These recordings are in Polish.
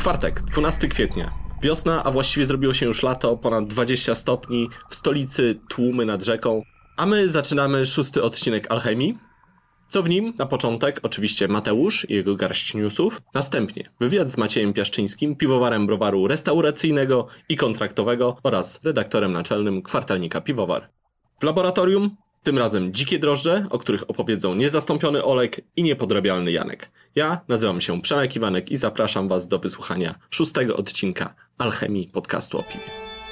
Czwartek, 12 kwietnia. Wiosna, a właściwie zrobiło się już lato, ponad 20 stopni, w stolicy tłumy nad rzeką, a my zaczynamy 6. odcinek Alchemii. Co w nim? Na początek oczywiście Mateusz i jego garść newsów. Następnie wywiad z Maciejem Piaszczyńskim, piwowarem browaru restauracyjnego i kontraktowego oraz redaktorem naczelnym kwartalnika Piwowar. W laboratorium tym razem dzikie drożdże, o których opowiedzą niezastąpiony Olek i niepodrabialny Janek. Ja nazywam się Przemek Iwanek i zapraszam Was do wysłuchania 6. odcinka Alchemii podcastu o piwie.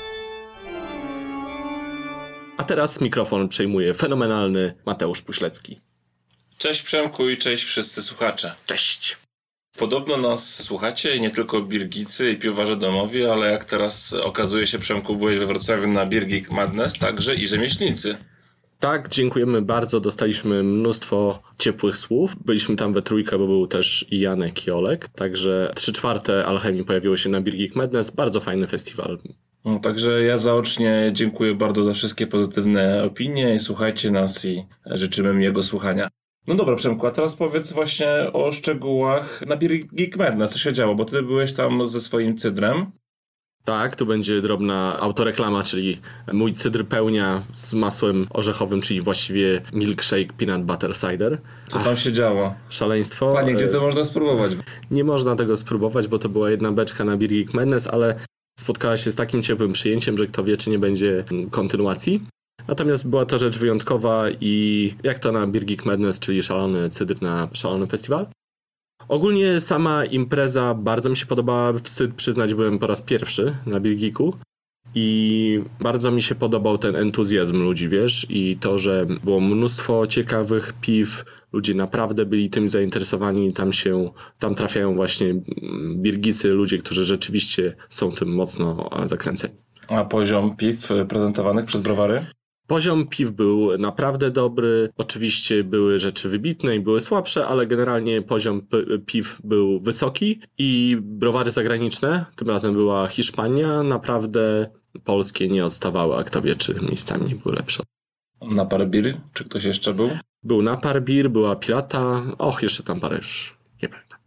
A teraz mikrofon przejmuje fenomenalny Mateusz Puślecki. Cześć Przemku i cześć wszyscy słuchacze. Cześć! Podobno nas słuchacie i nie tylko birgicy i piwowarze domowi, ale jak teraz okazuje się, Przemku, byłeś we Wrocławiu na Beer Geek Madness, także i rzemieślnicy. Tak, dziękujemy bardzo, dostaliśmy mnóstwo ciepłych słów. Byliśmy tam we trójkę, bo był też i Janek i Olek, także 3/4 Alchemii pojawiło się na Beer Geek Madness, bardzo fajny festiwal. No, także ja zaocznie dziękuję bardzo za wszystkie pozytywne opinie i słuchajcie nas i życzymy miłego słuchania. No dobra, Przemku, a teraz powiedz właśnie o szczegółach na Beer Geek Madness, co się działo, bo ty byłeś tam ze swoim cydrem. Tak, tu będzie drobna autoreklama, czyli mój cydr pełnia z masłem orzechowym, czyli właściwie milkshake peanut butter cider. Co tam się działo? Szaleństwo. Panie, gdzie to można spróbować? Nie można tego spróbować, bo to była jedna beczka na Beer Geek Madness, ale spotkała się z takim ciepłym przyjęciem, że kto wie, czy nie będzie kontynuacji. Natomiast była to rzecz wyjątkowa i jak to na Beer Geek Madness, czyli szalony cydr na szalony festiwal. Ogólnie sama impreza bardzo mi się podobała, wstyd przyznać, byłem po raz pierwszy na Beer Geeku i bardzo mi się podobał ten entuzjazm ludzi, wiesz, i to, że było mnóstwo ciekawych piw, ludzie naprawdę byli tym zainteresowani, tam trafiają właśnie birgicy, ludzie, którzy rzeczywiście są tym mocno zakręceni. A poziom piw prezentowanych przez browary? Poziom piw był naprawdę dobry, oczywiście były rzeczy wybitne i były słabsze, ale generalnie poziom piw był wysoki i browary zagraniczne, tym razem była Hiszpania, naprawdę polskie nie odstawały, a kto wie, czy miejscami nie były lepsze. Napar Beer? Czy ktoś jeszcze był? Był Napar Beer, była Pirata, jeszcze tam parę już nie pamiętam.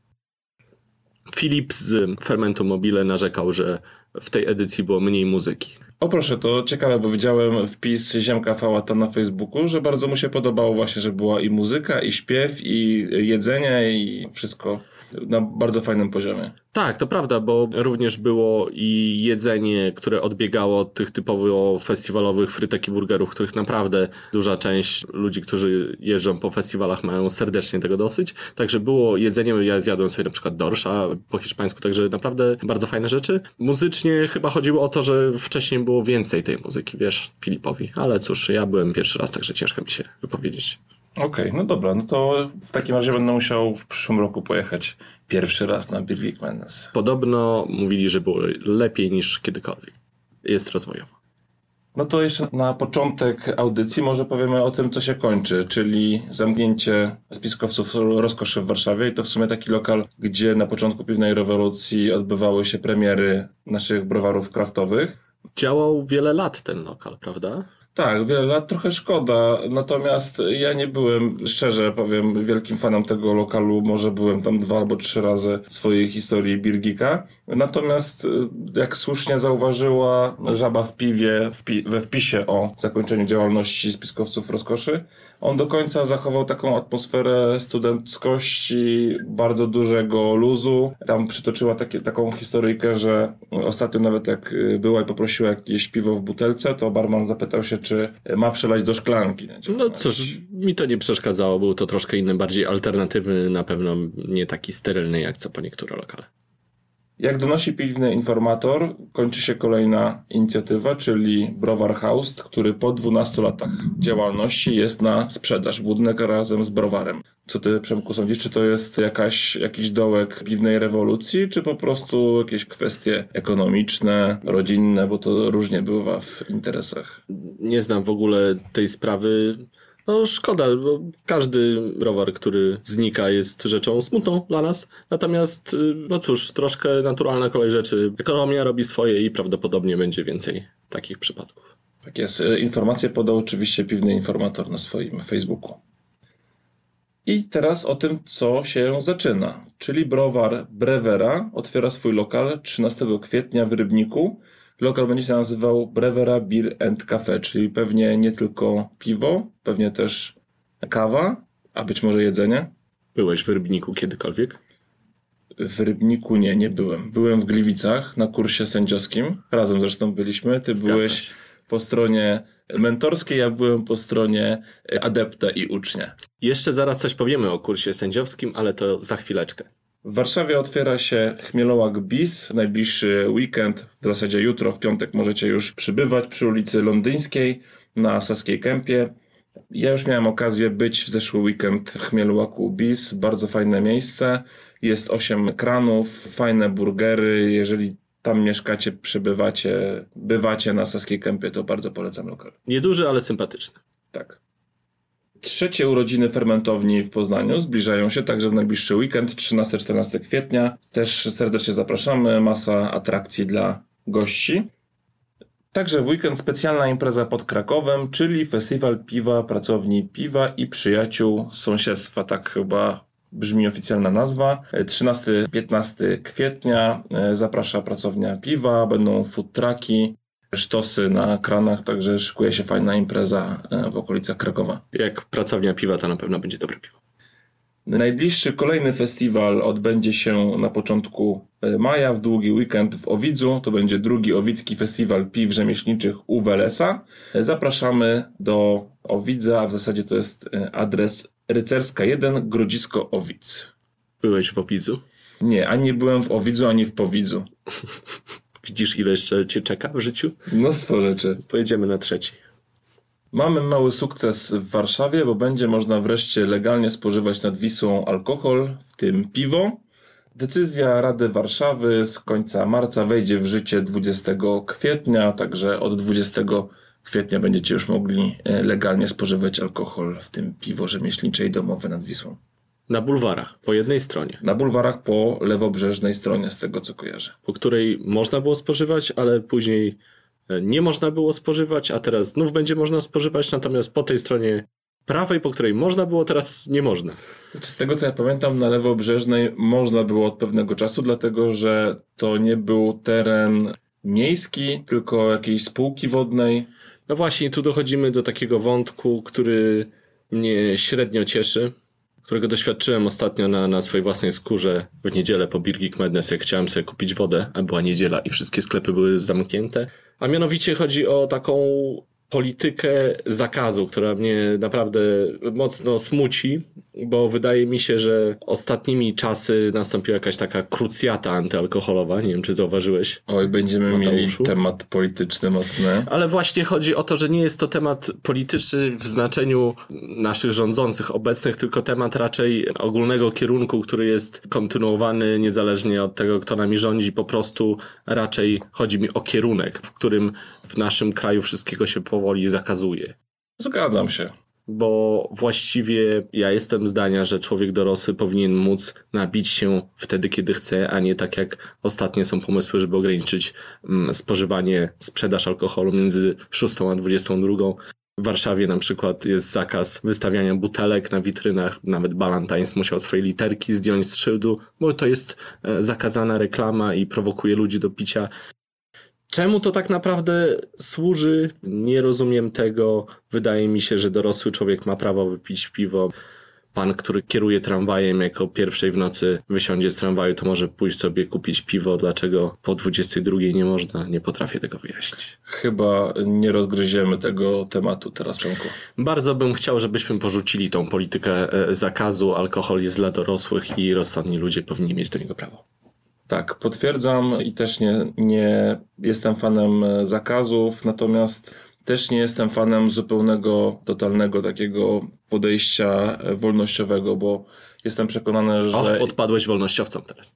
Filip z Fermentu Mobile narzekał, że w tej edycji było mniej muzyki. O proszę, to ciekawe, bo widziałem wpis Ziemka Fałata na Facebooku, że bardzo mu się podobało właśnie, że była i muzyka, i śpiew, i jedzenie, i wszystko na bardzo fajnym poziomie. Tak, to prawda, bo również było i jedzenie, które odbiegało od tych typowo festiwalowych frytek i burgerów, których naprawdę duża część ludzi, którzy jeżdżą po festiwalach, mają serdecznie tego dosyć. Także było jedzenie, ja zjadłem sobie na przykład dorsza po hiszpańsku, także naprawdę bardzo fajne rzeczy. Muzycznie chyba chodziło o to, że wcześniej było więcej tej muzyki, wiesz, Filipowi. Ale cóż, ja byłem pierwszy raz, także ciężko mi się wypowiedzieć. Okej, no dobra, no to w takim razie będę musiał w przyszłym roku pojechać pierwszy raz na Beer Geek Madness. Podobno mówili, że było lepiej niż kiedykolwiek. Jest rozwojowo. No to jeszcze na początek audycji może powiemy o tym, co się kończy, czyli zamknięcie spiskowców rozkoszy w Warszawie i to w sumie taki lokal, gdzie na początku piwnej rewolucji odbywały się premiery naszych browarów kraftowych. Działał wiele lat ten lokal, prawda? Tak, wiele lat, trochę szkoda, natomiast ja nie byłem, szczerze powiem, wielkim fanem tego lokalu, może byłem tam 2 albo 3 razy w swojej historii Beer Geeka, natomiast jak słusznie zauważyła Żaba w piwie we wpisie o zakończeniu działalności spiskowców rozkoszy, on do końca zachował taką atmosferę studenckości, bardzo dużego luzu. Tam przytoczyła taką historyjkę, że ostatnio nawet jak była i poprosiła jakieś piwo w butelce, to barman zapytał się, czy ma przelać do szklanki. No cóż, mi to nie przeszkadzało, był to troszkę inny, bardziej alternatywny, na pewno nie taki sterylny jak co po niektóre lokale. Jak donosi Piwny Informator, kończy się kolejna inicjatywa, czyli Browar House, który po 12 latach działalności jest na sprzedaż. Budynek razem z browarem. Co ty, Przemku, sądzisz? Czy to jest jakiś dołek piwnej rewolucji, czy po prostu jakieś kwestie ekonomiczne, rodzinne, bo to różnie bywa w interesach? Nie znam w ogóle tej sprawy. No szkoda, bo każdy browar, który znika, jest rzeczą smutną dla nas. Natomiast, no cóż, troszkę naturalna kolej rzeczy. Ekonomia robi swoje i prawdopodobnie będzie więcej takich przypadków. Tak jest. Informacje podał oczywiście Piwny Informator na swoim Facebooku. I teraz o tym, co się zaczyna. czyli browar Brewera, otwiera swój lokal 13 kwietnia w Rybniku. Lokal będzie się nazywał Brewera Beer and Cafe, czyli pewnie nie tylko piwo, pewnie też kawa, a być może jedzenie. Byłeś w Rybniku kiedykolwiek? W Rybniku nie byłem. Byłem w Gliwicach na kursie sędziowskim. Razem zresztą byliśmy. Ty byłeś po stronie mentorskiej, ja byłem po stronie adepta i ucznia. Jeszcze zaraz coś powiemy o kursie sędziowskim, ale to za chwileczkę. W Warszawie otwiera się Chmielołak Bis. Najbliższy weekend, w zasadzie jutro, w piątek możecie już przybywać przy ulicy Londyńskiej na Saskiej Kępie. Ja już miałem okazję być w zeszły weekend w Chmielołaku Bis. Bardzo fajne miejsce. Jest 8 ekranów, fajne burgery. Jeżeli tam mieszkacie, bywacie na Saskiej Kępie, to bardzo polecam lokal. Nieduży, ale sympatyczny. Tak. Trzecie urodziny fermentowni w Poznaniu zbliżają się także w najbliższy weekend, 13-14 kwietnia. Też serdecznie zapraszamy, masa atrakcji dla gości. Także w weekend specjalna impreza pod Krakowem, czyli Festiwal Piwa Pracowni Piwa i Przyjaciół Sąsiedztwa, tak chyba brzmi oficjalna nazwa. 13-15 kwietnia zaprasza Pracownia Piwa, będą food trucki, sztosy na kranach, także szykuje się fajna impreza w okolicach Krakowa. Jak Pracownia Piwa, to na pewno będzie dobre piwo. Najbliższy kolejny festiwal odbędzie się na początku maja, w długi weekend w Owidzu. To będzie drugi Owicki Festiwal Piw Rzemieślniczych UWLS-a. Zapraszamy do Owidza, a w zasadzie to jest adres Rycerska 1, Grodzisko-Owidz. Byłeś w Owidzu? Nie, ani nie byłem w Owidzu, ani w Powidzu. Widzisz, ile jeszcze cię czeka w życiu? Mnóstwo rzeczy. Pojedziemy na trzeci. Mamy mały sukces w Warszawie, bo będzie można wreszcie legalnie spożywać nad Wisłą alkohol, w tym piwo. Decyzja Rady Warszawy z końca marca wejdzie w życie 20 kwietnia, także od 20 kwietnia będziecie już mogli legalnie spożywać alkohol, w tym piwo rzemieślnicze i domowe nad Wisłą. Na bulwarach, po jednej stronie. Na bulwarach po lewobrzeżnej stronie, z tego co kojarzę. Po której można było spożywać, ale później nie można było spożywać, a teraz znów będzie można spożywać, natomiast po tej stronie prawej, po której można było, teraz nie można. Z tego co ja pamiętam, na lewobrzeżnej można było od pewnego czasu, dlatego że to nie był teren miejski, tylko jakiejś spółki wodnej. No właśnie, tu dochodzimy do takiego wątku, który mnie średnio cieszy, którego doświadczyłem ostatnio na swojej własnej skórze w niedzielę po Beer Geek Madness, jak chciałem sobie kupić wodę, a była niedziela i wszystkie sklepy były zamknięte. A mianowicie chodzi o taką politykę zakazu, która mnie naprawdę mocno smuci, bo wydaje mi się, że ostatnimi czasy nastąpiła jakaś taka krucjata antyalkoholowa. Nie wiem, czy zauważyłeś. Oj, będziemy Mateuszu mieli temat polityczny mocny. Ale właśnie chodzi o to, że nie jest to temat polityczny w znaczeniu naszych rządzących obecnych, tylko temat raczej ogólnego kierunku, który jest kontynuowany niezależnie od tego, kto nami rządzi. Po prostu raczej chodzi mi o kierunek, w którym w naszym kraju wszystkiego się powoli zakazuje. Zgadzam się. Bo właściwie ja jestem zdania, że człowiek dorosły powinien móc napić się wtedy, kiedy chce, a nie tak jak ostatnio są pomysły, żeby ograniczyć spożywanie, sprzedaż alkoholu między 6 a 22. W Warszawie na przykład jest zakaz wystawiania butelek na witrynach. Nawet Ballantines musiał swoje literki zdjąć z szyldu, bo to jest zakazana reklama i prowokuje ludzi do picia. Czemu to tak naprawdę służy? Nie rozumiem tego. Wydaje mi się, że dorosły człowiek ma prawo wypić piwo. Pan, który kieruje tramwajem, jako pierwszej w nocy wysiądzie z tramwaju, to może pójść sobie kupić piwo. Dlaczego po 22 nie można? Nie potrafię tego wyjaśnić. Chyba nie rozgryziemy tego tematu teraz, Przemku. Bardzo bym chciał, żebyśmy porzucili tą politykę zakazu. Alkohol jest dla dorosłych i rozsądni ludzie powinni mieć do niego prawo. Tak, potwierdzam i też nie jestem fanem zakazów, natomiast też nie jestem fanem zupełnego, totalnego takiego podejścia wolnościowego, bo jestem przekonany, że... Odpadłeś wolnościowcom teraz.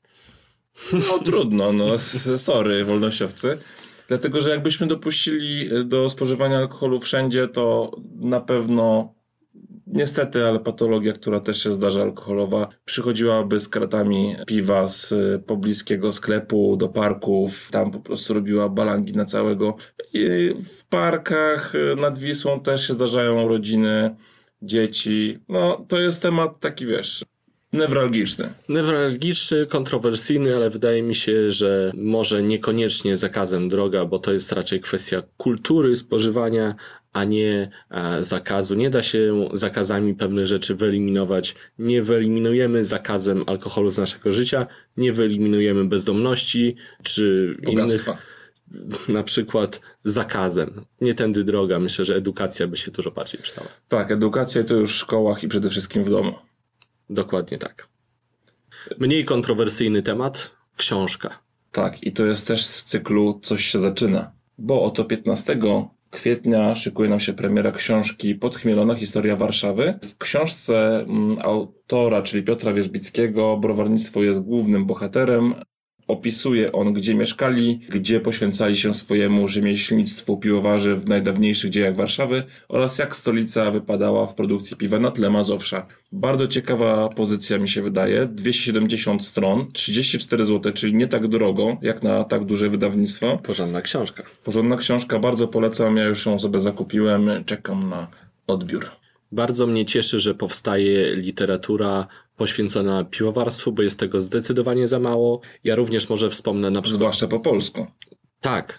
No trudno, sorry wolnościowcy. Dlatego, że jakbyśmy dopuścili do spożywania alkoholu wszędzie, to na pewno... Niestety, ale patologia, która też się zdarza alkoholowa, przychodziłaby z kratami piwa z pobliskiego sklepu do parków, tam po prostu robiła balangi na całego. I w parkach nad Wisłą też się zdarzają rodziny, dzieci. No, to jest temat taki, wiesz, Newralgiczny, kontrowersyjny, ale wydaje mi się, że może niekoniecznie zakazem droga, bo to jest raczej kwestia kultury spożywania, a nie zakazu. Nie da się zakazami pewnych rzeczy wyeliminować. Nie wyeliminujemy zakazem alkoholu z naszego życia, nie wyeliminujemy bezdomności czy bogactwa. Innych, na przykład zakazem. Nie tędy droga. Myślę, że edukacja by się dużo bardziej przydała. Tak, edukacja to już w szkołach i przede wszystkim w domu. Dokładnie tak. Mniej kontrowersyjny temat, książka. Tak, i to jest też z cyklu Coś się zaczyna, bo oto 15 kwietnia szykuje nam się premiera książki Podchmielona historia Warszawy. W książce autora, czyli Piotra Wierzbickiego, browarnictwo jest głównym bohaterem. Opisuje on, gdzie mieszkali, gdzie poświęcali się swojemu rzemieślnictwu piwowarzy w najdawniejszych dziejach Warszawy oraz jak stolica wypadała w produkcji piwa na tle Mazowsza. Bardzo ciekawa pozycja mi się wydaje. 270 stron, 34 zł, czyli nie tak drogo jak na tak duże wydawnictwo. Porządna książka, bardzo polecam. Ja już ją sobie zakupiłem, czekam na odbiór. Bardzo mnie cieszy, że powstaje literatura poświęcona piwowarstwu, bo jest tego zdecydowanie za mało. Ja również może wspomnę na przykład... Zwłaszcza po polsku. Tak,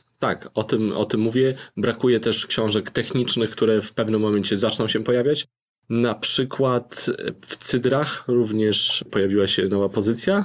o tym mówię. Brakuje też książek technicznych, które w pewnym momencie zaczną się pojawiać. Na przykład w cydrach również pojawiła się nowa pozycja.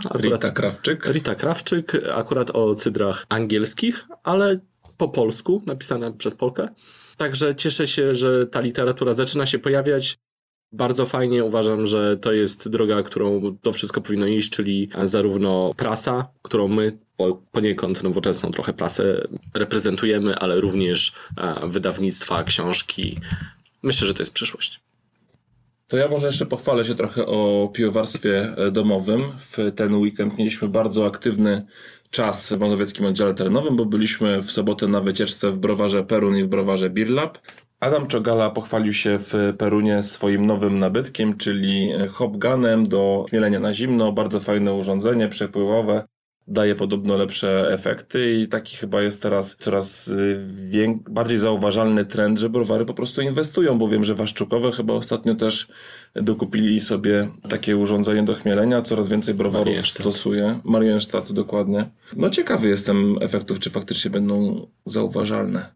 Rita Krawczyk, akurat o cydrach angielskich, ale po polsku, napisana przez Polkę. Także cieszę się, że ta literatura zaczyna się pojawiać. Bardzo fajnie, uważam, że to jest droga, którą to wszystko powinno iść, czyli zarówno prasa, którą my poniekąd nowoczesną trochę prasę reprezentujemy, ale również wydawnictwa, książki. Myślę, że to jest przyszłość. To ja może jeszcze pochwalę się trochę o piwowarstwie domowym. W ten weekend mieliśmy bardzo aktywny czas w mazowieckim oddziale terenowym, bo byliśmy w sobotę na wycieczce w browarze Perun i w browarze Beer Lab. Adam Czogala pochwalił się w Perunie swoim nowym nabytkiem, czyli hopgunem do chmielenia na zimno. Bardzo fajne urządzenie, przepływowe. Daje podobno lepsze efekty i taki chyba jest teraz coraz bardziej zauważalny trend, że browary po prostu inwestują, bo wiem, że Waszczukowe chyba ostatnio też dokupili sobie takie urządzenie do chmielenia, coraz więcej browarów stosuje. Marienstadt, dokładnie. No ciekawy jestem efektów, czy faktycznie będą zauważalne.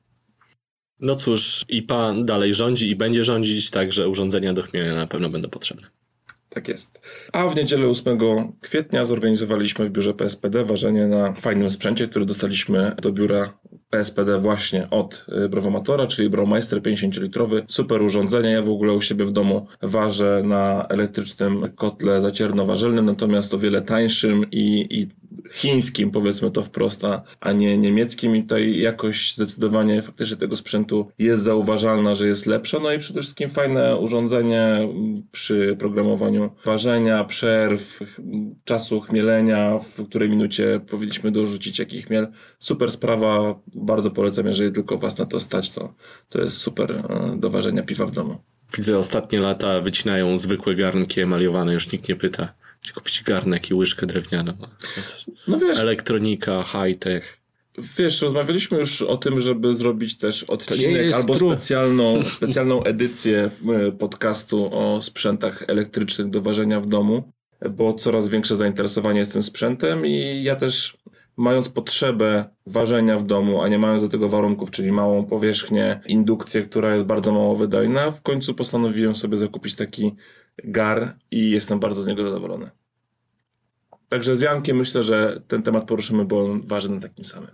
No cóż, IPA dalej rządzi i będzie rządzić, także urządzenia do chmielenia na pewno będą potrzebne. Tak jest. A w niedzielę 8 kwietnia zorganizowaliśmy w biurze PSPD ważenie na fajnym sprzęcie, który dostaliśmy do biura PSPD właśnie od Browomatora, czyli Browmeister 50-litrowy. Super urządzenie. Ja w ogóle u siebie w domu ważę na elektrycznym kotle zacierno-warzelnym, natomiast o wiele tańszym i chińskim, powiedzmy to wprost, a nie niemieckim, i tutaj jakość zdecydowanie faktycznie tego sprzętu jest zauważalna, że jest lepsza. No i przede wszystkim fajne urządzenie przy programowaniu ważenia, przerw, czasu chmielenia, w której minucie powinniśmy dorzucić jaki chmiel. Super sprawa, bardzo polecam, jeżeli tylko was na to stać, to jest super do ważenia piwa w domu. Widzę, ostatnie lata wycinają zwykłe garnki emaliowane, już nikt nie pyta. Czy kupić garnek i łyżkę drewnianą. No wiesz, elektronika, high-tech. Wiesz, rozmawialiśmy już o tym, żeby zrobić też odcinek albo specjalną edycję podcastu o sprzętach elektrycznych do ważenia w domu, bo coraz większe zainteresowanie jest tym sprzętem i ja też, mając potrzebę ważenia w domu, a nie mając do tego warunków, czyli małą powierzchnię, indukcję, która jest bardzo mało wydajna, w końcu postanowiłem sobie zakupić taki gar i jestem bardzo z niego zadowolony. Także z Jankiem myślę, że ten temat poruszymy, bo on waży na takim samym.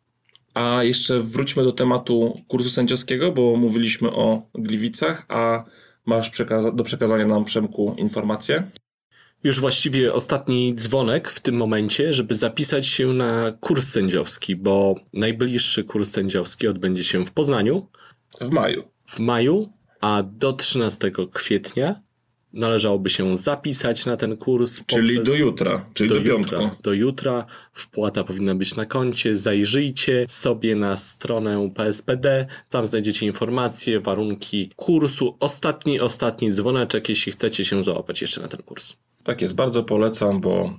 A jeszcze wróćmy do tematu kursu sędziowskiego, bo mówiliśmy o Gliwicach, a masz do przekazania nam, Przemku, informację? Już właściwie ostatni dzwonek w tym momencie, żeby zapisać się na kurs sędziowski, bo najbliższy kurs sędziowski odbędzie się w Poznaniu. W maju, a do 13 kwietnia należałoby się zapisać na ten kurs. Czyli do jutra, czyli do piątku. Do jutra. Wpłata powinna być na koncie. Zajrzyjcie sobie na stronę PSPD. Tam znajdziecie informacje, warunki kursu. Ostatni dzwoneczek, jeśli chcecie się załapać jeszcze na ten kurs. Tak jest, bardzo polecam, bo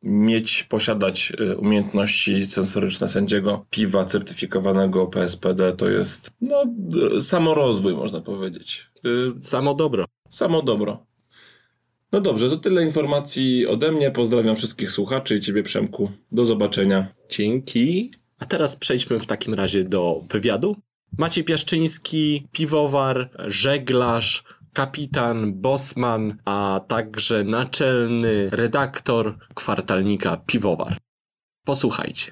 posiadać umiejętności sensoryczne sędziego piwa certyfikowanego PSPD to jest samorozwój, można powiedzieć. Samo dobro. No dobrze, to tyle informacji ode mnie. Pozdrawiam wszystkich słuchaczy i ciebie, Przemku. Do zobaczenia. Dzięki. A teraz przejdźmy w takim razie do wywiadu. Maciej Piaszczyński, piwowar, żeglarz, kapitan, bossman, a także naczelny redaktor kwartalnika Piwowar. Posłuchajcie.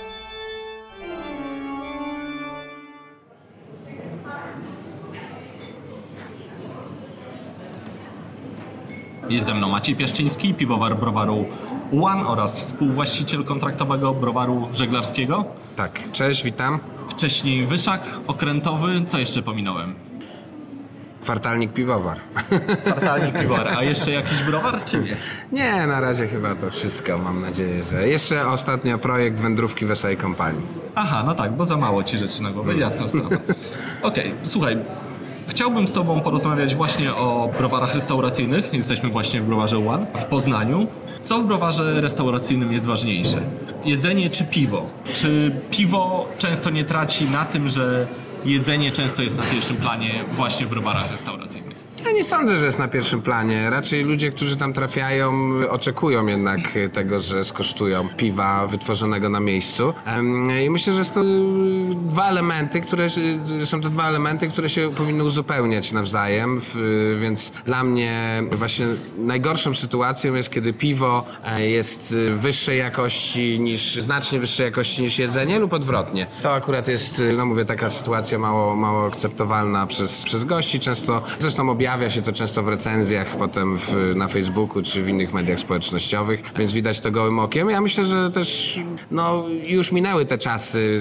Jest ze mną Maciej Piaszczyński, piwowar browaru One oraz współwłaściciel kontraktowego browaru żeglarskiego. Tak, cześć, witam. Wcześniej Wyszak, okrętowy, co jeszcze pominąłem? Kwartalnik Piwowar. Kwartalnik piwowar, a jeszcze jakiś browar, czy nie? Nie, na razie chyba to wszystko, mam nadzieję, że... Jeszcze ostatnio projekt wędrówki Wesołej Kompanii. Aha, no tak, bo za mało ci rzeczy na głowę, jasna sprawa. Okej, słuchaj, chciałbym z tobą porozmawiać właśnie o browarach restauracyjnych. Jesteśmy właśnie w browarze One w Poznaniu. Co w browarze restauracyjnym jest ważniejsze? Jedzenie czy piwo? Czy piwo często nie traci na tym, że jedzenie często jest na pierwszym planie właśnie w browarach restauracyjnych? Ja nie sądzę, że jest na pierwszym planie. Raczej ludzie, którzy tam trafiają, oczekują jednak tego, że skosztują piwa wytworzonego na miejscu. I myślę, że są to dwa elementy, które się powinny uzupełniać nawzajem. Więc dla mnie właśnie najgorszą sytuacją jest, kiedy piwo jest wyższej jakości znacznie wyższej jakości niż jedzenie lub odwrotnie. To akurat jest, no mówię, taka sytuacja mało akceptowalna przez gości. Zresztą objawia się to często w recenzjach potem na Facebooku czy w innych mediach społecznościowych, więc widać to gołym okiem. Ja myślę, że też już minęły te czasy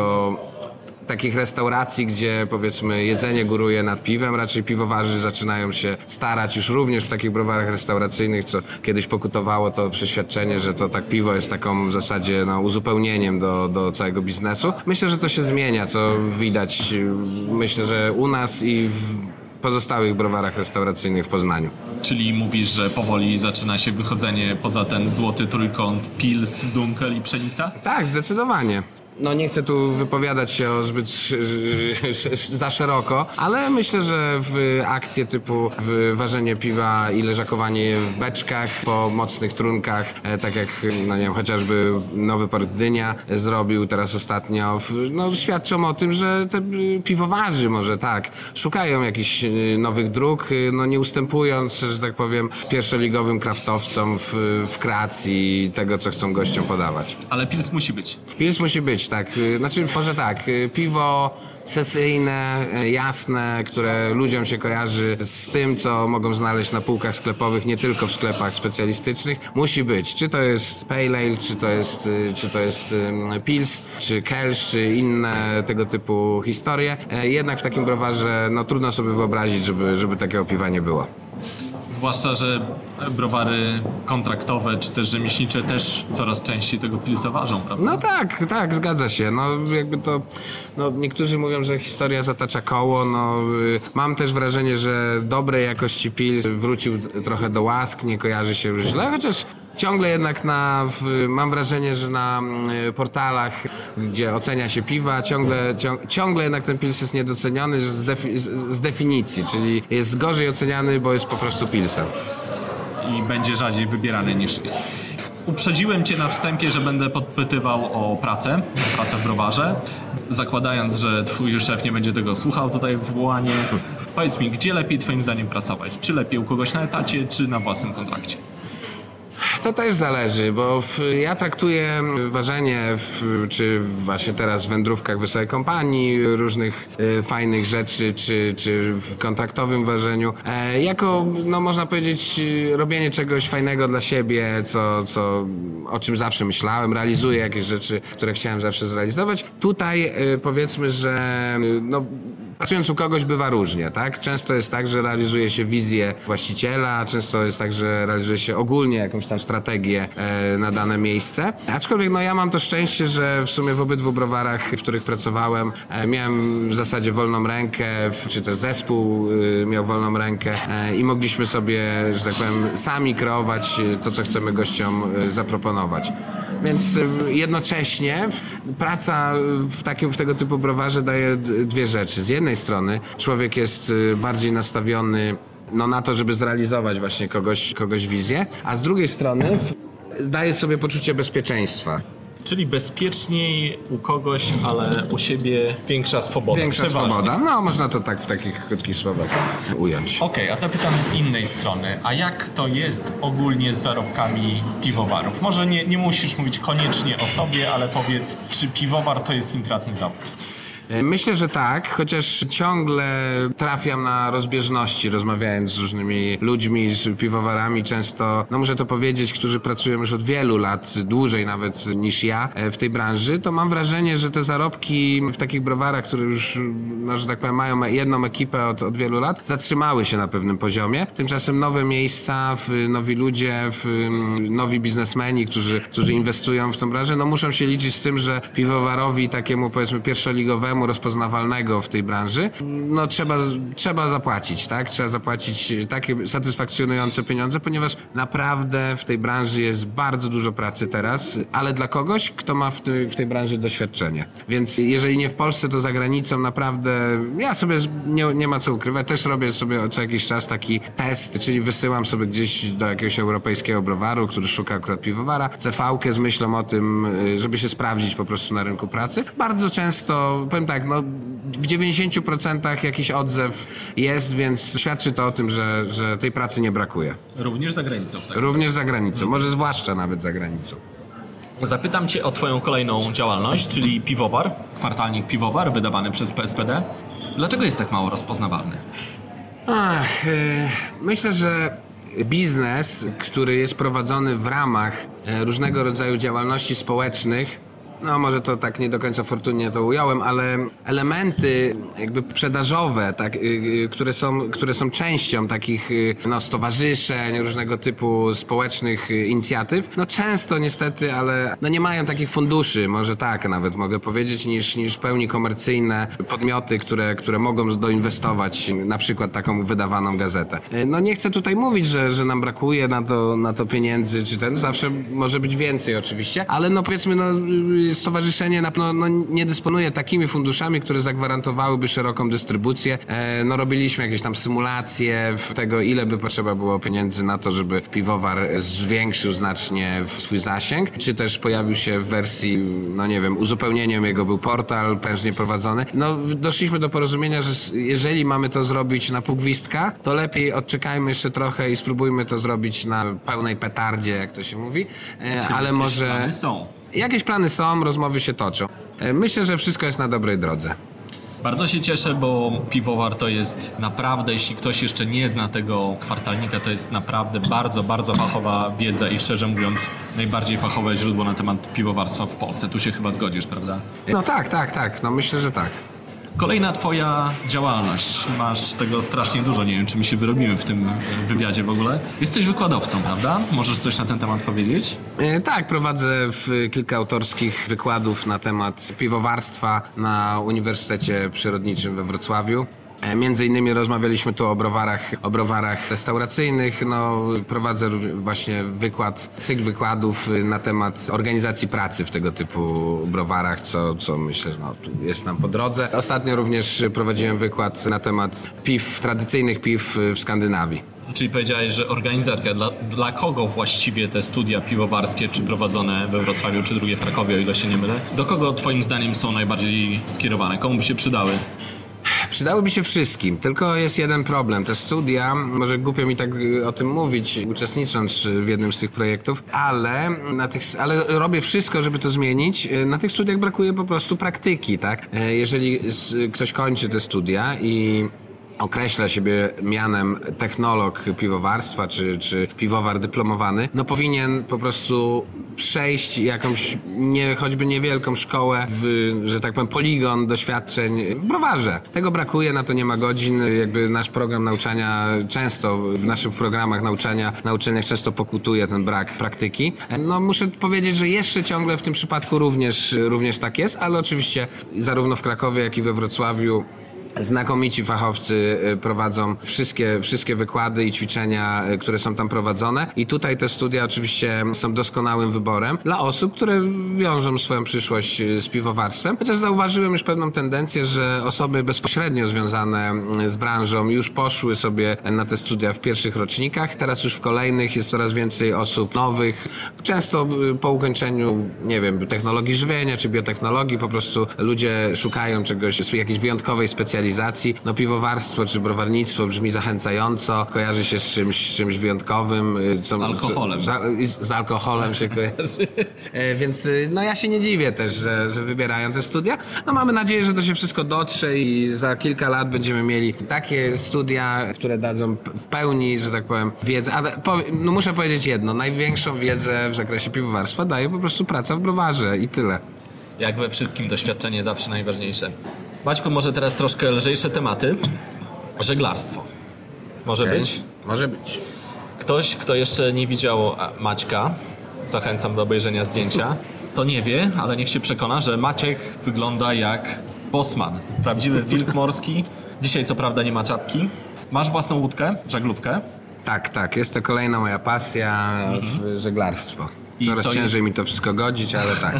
takich restauracji, gdzie powiedzmy jedzenie góruje nad piwem, raczej piwowarzy zaczynają się starać już również w takich browarach restauracyjnych, co kiedyś pokutowało to przeświadczenie, że to tak piwo jest taką w zasadzie uzupełnieniem do całego biznesu. Myślę, że to się zmienia, co widać, myślę, że u nas i w pozostałych browarach restauracyjnych w Poznaniu. Czyli mówisz, że powoli zaczyna się wychodzenie poza ten złoty trójkąt Pils, Dunkel i Pszenica? Tak, zdecydowanie. Nie chcę tu wypowiadać się o zbyt za szeroko, ale myślę, że w akcje typu ważenie piwa i leżakowanie je w beczkach po mocnych trunkach, tak jak nie wiem, chociażby Nowy Port Gdynia zrobił teraz ostatnio, świadczą o tym, że te piwowarzy może tak szukają jakichś nowych dróg, nie ustępując, że tak powiem, pierwszoligowym kraftowcom w kreacji tego, co chcą gościom podawać. Ale Pils musi być. Pils musi być, tak. Znaczy, może tak, piwo sesyjne, jasne, które ludziom się kojarzy z tym, co mogą znaleźć na półkach sklepowych, nie tylko w sklepach specjalistycznych, musi być. Czy to jest Pale Ale, czy to jest Pils, czy Kelsz, czy inne tego typu historie. Jednak w takim browarze trudno sobie wyobrazić, żeby takiego piwa nie było. Zwłaszcza, że browary kontraktowe czy też rzemieślnicze też coraz częściej tego pilsa ważą, prawda? Tak, zgadza się. Niektórzy mówią, że historia zatacza koło. Mam też wrażenie, że dobrej jakości pils wrócił trochę do łask, nie kojarzy się już źle, chociaż ciągle jednak mam wrażenie, że na portalach, gdzie ocenia się piwa, ciągle jednak ten pils jest niedoceniony z definicji, czyli jest gorzej oceniany, bo jest po prostu pilsem. I będzie rzadziej wybierany niż jest. Uprzedziłem cię na wstępie, że będę podpytywał o pracę w browarze, zakładając, że twój szef nie będzie tego słuchał tutaj w Łanie. Powiedz mi, gdzie lepiej twoim zdaniem pracować? Czy lepiej u kogoś na etacie, czy na własnym kontrakcie? To też zależy, bo ja traktuję ważenie, czy właśnie teraz w wędrówkach Wesołej Kompanii, różnych fajnych rzeczy, czy w kontraktowym ważeniu, jako, można powiedzieć, robienie czegoś fajnego dla siebie, o czym zawsze myślałem, realizuję jakieś rzeczy, które chciałem zawsze zrealizować. Tutaj powiedzmy, że pracując u kogoś bywa różnie, tak? Często jest tak, że realizuje się wizję właściciela, często jest tak, że realizuje się ogólnie jakąś tam strategię na dane miejsce. Aczkolwiek ja mam to szczęście, że w sumie w obydwu browarach, w których pracowałem, miałem w zasadzie wolną rękę, czy też zespół miał wolną rękę i mogliśmy sobie, że tak powiem, sami kreować to, co chcemy gościom zaproponować. Więc jednocześnie praca w tego typu browarze daje dwie rzeczy. Z jednej strony człowiek jest bardziej nastawiony no, na to, żeby zrealizować właśnie kogoś wizję, a z drugiej strony daje sobie poczucie bezpieczeństwa. Czyli bezpieczniej u kogoś, ale u siebie większa swoboda. Większa swoboda. No, można to tak w takich krótkich słowach ująć. Okej, a zapytam z innej strony. A jak to jest ogólnie z zarobkami piwowarów? Może nie musisz mówić koniecznie o sobie, ale powiedz, czy piwowar to jest intratny zawód? Myślę, że tak, chociaż ciągle trafiam na rozbieżności, rozmawiając z różnymi ludźmi, z piwowarami często, no muszę to powiedzieć, którzy pracują już od wielu lat, dłużej nawet niż ja w tej branży, to mam wrażenie, że te zarobki w takich browarach, które już, no, że tak powiem, mają jedną ekipę od wielu lat, zatrzymały się na pewnym poziomie. Tymczasem nowe miejsca, nowi ludzie, nowi biznesmeni, którzy inwestują w tą branżę, no muszą się liczyć z tym, że piwowarowi takiemu, powiedzmy, pierwszoligowemu, rozpoznawalnego w tej branży, no trzeba zapłacić, tak? Trzeba zapłacić takie satysfakcjonujące pieniądze, ponieważ naprawdę w tej branży jest bardzo dużo pracy teraz, ale dla kogoś, kto ma w tej branży doświadczenie. Więc jeżeli nie w Polsce, to za granicą naprawdę, ja sobie nie ma co ukrywać, też robię sobie co jakiś czas taki test, czyli wysyłam sobie gdzieś do jakiegoś europejskiego browaru, który szuka akurat piwowara, CV-kę z myślą o tym, żeby się sprawdzić po prostu na rynku pracy. Bardzo często, powiem tak, no w 90% jakiś odzew jest, więc świadczy to o tym, że tej pracy nie brakuje. Również za granicą. Tak? Również za granicą, może zwłaszcza nawet za granicą. Zapytam Cię o Twoją kolejną działalność, czyli piwowar, kwartalnik Piwowar, wydawany przez PSPD. Dlaczego jest tak mało rozpoznawalny? Myślę, że biznes, który jest prowadzony w ramach różnego rodzaju działalności społecznych, no może to tak nie do końca fortunnie to ująłem, ale elementy jakby sprzedażowe, tak, które są częścią takich no, stowarzyszeń, różnego typu społecznych inicjatyw, no często niestety, ale no, nie mają takich funduszy, może tak nawet mogę powiedzieć, niż w pełni komercyjne podmioty, które mogą doinwestować na przykład taką wydawaną gazetę. No nie chcę tutaj mówić, że nam brakuje na to pieniędzy, czy zawsze może być więcej oczywiście, ale no powiedzmy, no stowarzyszenie nie dysponuje takimi funduszami, które zagwarantowałyby szeroką dystrybucję. No robiliśmy jakieś tam symulacje tego, ile by potrzeba było pieniędzy na to, żeby piwowar zwiększył znacznie swój zasięg, czy też pojawił się w wersji, no nie wiem, uzupełnieniem jego był portal prężnie prowadzony. No doszliśmy do porozumienia, że jeżeli mamy to zrobić na pół gwizdka, to lepiej odczekajmy jeszcze trochę i spróbujmy to zrobić na pełnej petardzie, jak to się mówi. Ale może... Plany są. Jakieś plany są, rozmowy się toczą. Myślę, że wszystko jest na dobrej drodze. Bardzo się cieszę, bo piwowar to jest naprawdę, jeśli ktoś jeszcze nie zna tego kwartalnika, to jest naprawdę bardzo, bardzo fachowa wiedza i szczerze mówiąc najbardziej fachowe źródło na temat piwowarstwa w Polsce. Tu się chyba zgodzisz, prawda? No tak. No myślę, że tak. Kolejna Twoja działalność. Masz tego strasznie dużo, nie wiem, czy my się wyrobimy w tym wywiadzie w ogóle. Jesteś wykładowcą, prawda? Możesz coś na ten temat powiedzieć? Tak, prowadzę kilka autorskich wykładów na temat piwowarstwa na Uniwersytecie Przyrodniczym we Wrocławiu. Między innymi rozmawialiśmy tu o browarach restauracyjnych. No, prowadzę właśnie cykl wykładów na temat organizacji pracy w tego typu browarach, co myślę, że jest nam po drodze. Ostatnio również prowadziłem wykład na temat tradycyjnych piw w Skandynawii. Czyli powiedziałeś, że organizacja, dla kogo właściwie te studia piwowarskie, czy prowadzone we Wrocławiu, czy drugie w Krakowie, o ile się nie mylę, do kogo Twoim zdaniem są najbardziej skierowane? Komu by się przydały? Przydałyby się wszystkim, tylko jest jeden problem. Te studia, może głupio mi tak o tym mówić, uczestnicząc w jednym z tych projektów, ale robię wszystko, żeby to zmienić. Na tych studiach brakuje po prostu praktyki, tak? Jeżeli ktoś kończy te studia i określa siebie mianem technolog piwowarstwa czy piwowar dyplomowany, no powinien po prostu przejść jakąś choćby niewielką szkołę, że tak powiem poligon doświadczeń w browarze. Tego brakuje, na to nie ma godzin. Jakby nasz program nauczania często, w naszych programach na uczelniach często pokutuje ten brak praktyki. No muszę powiedzieć, że jeszcze ciągle w tym przypadku również tak jest, ale oczywiście zarówno w Krakowie, jak i we Wrocławiu Znakomici fachowcy prowadzą wszystkie wykłady i ćwiczenia, które są tam prowadzone. I tutaj te studia oczywiście są doskonałym wyborem dla osób, które wiążą swoją przyszłość z piwowarstwem. Chociaż zauważyłem już pewną tendencję, że osoby bezpośrednio związane z branżą już poszły sobie na te studia w pierwszych rocznikach. Teraz już w kolejnych jest coraz więcej osób nowych. Często po ukończeniu, nie wiem, technologii żywienia czy biotechnologii po prostu ludzie szukają czegoś, jakiejś wyjątkowej specjalizacji. No piwowarstwo czy browarnictwo brzmi zachęcająco, kojarzy się z czymś wyjątkowym. Z alkoholem. Z alkoholem się kojarzy. Więc no ja się nie dziwię też, że wybierają te studia. No mamy nadzieję, że to się wszystko dotrze i za kilka lat będziemy mieli takie studia, które dadzą w pełni, że tak powiem, wiedzę. Ale no muszę powiedzieć jedno, największą wiedzę w zakresie piwowarstwa daje po prostu praca w browarze i tyle. Jak we wszystkim doświadczenie zawsze najważniejsze. Maćku, może teraz troszkę lżejsze tematy. Żeglarstwo. Może być? Może być. Ktoś, kto jeszcze nie widział Maćka, zachęcam do obejrzenia zdjęcia, to nie wie, ale niech się przekona, że Maciek wygląda jak bosman. Prawdziwy wilk morski. Dzisiaj co prawda nie ma czapki. Masz własną łódkę, żaglówkę. Tak. Jest to kolejna moja pasja, żeglarstwo. Coraz ciężej mi to wszystko godzić, ale tak.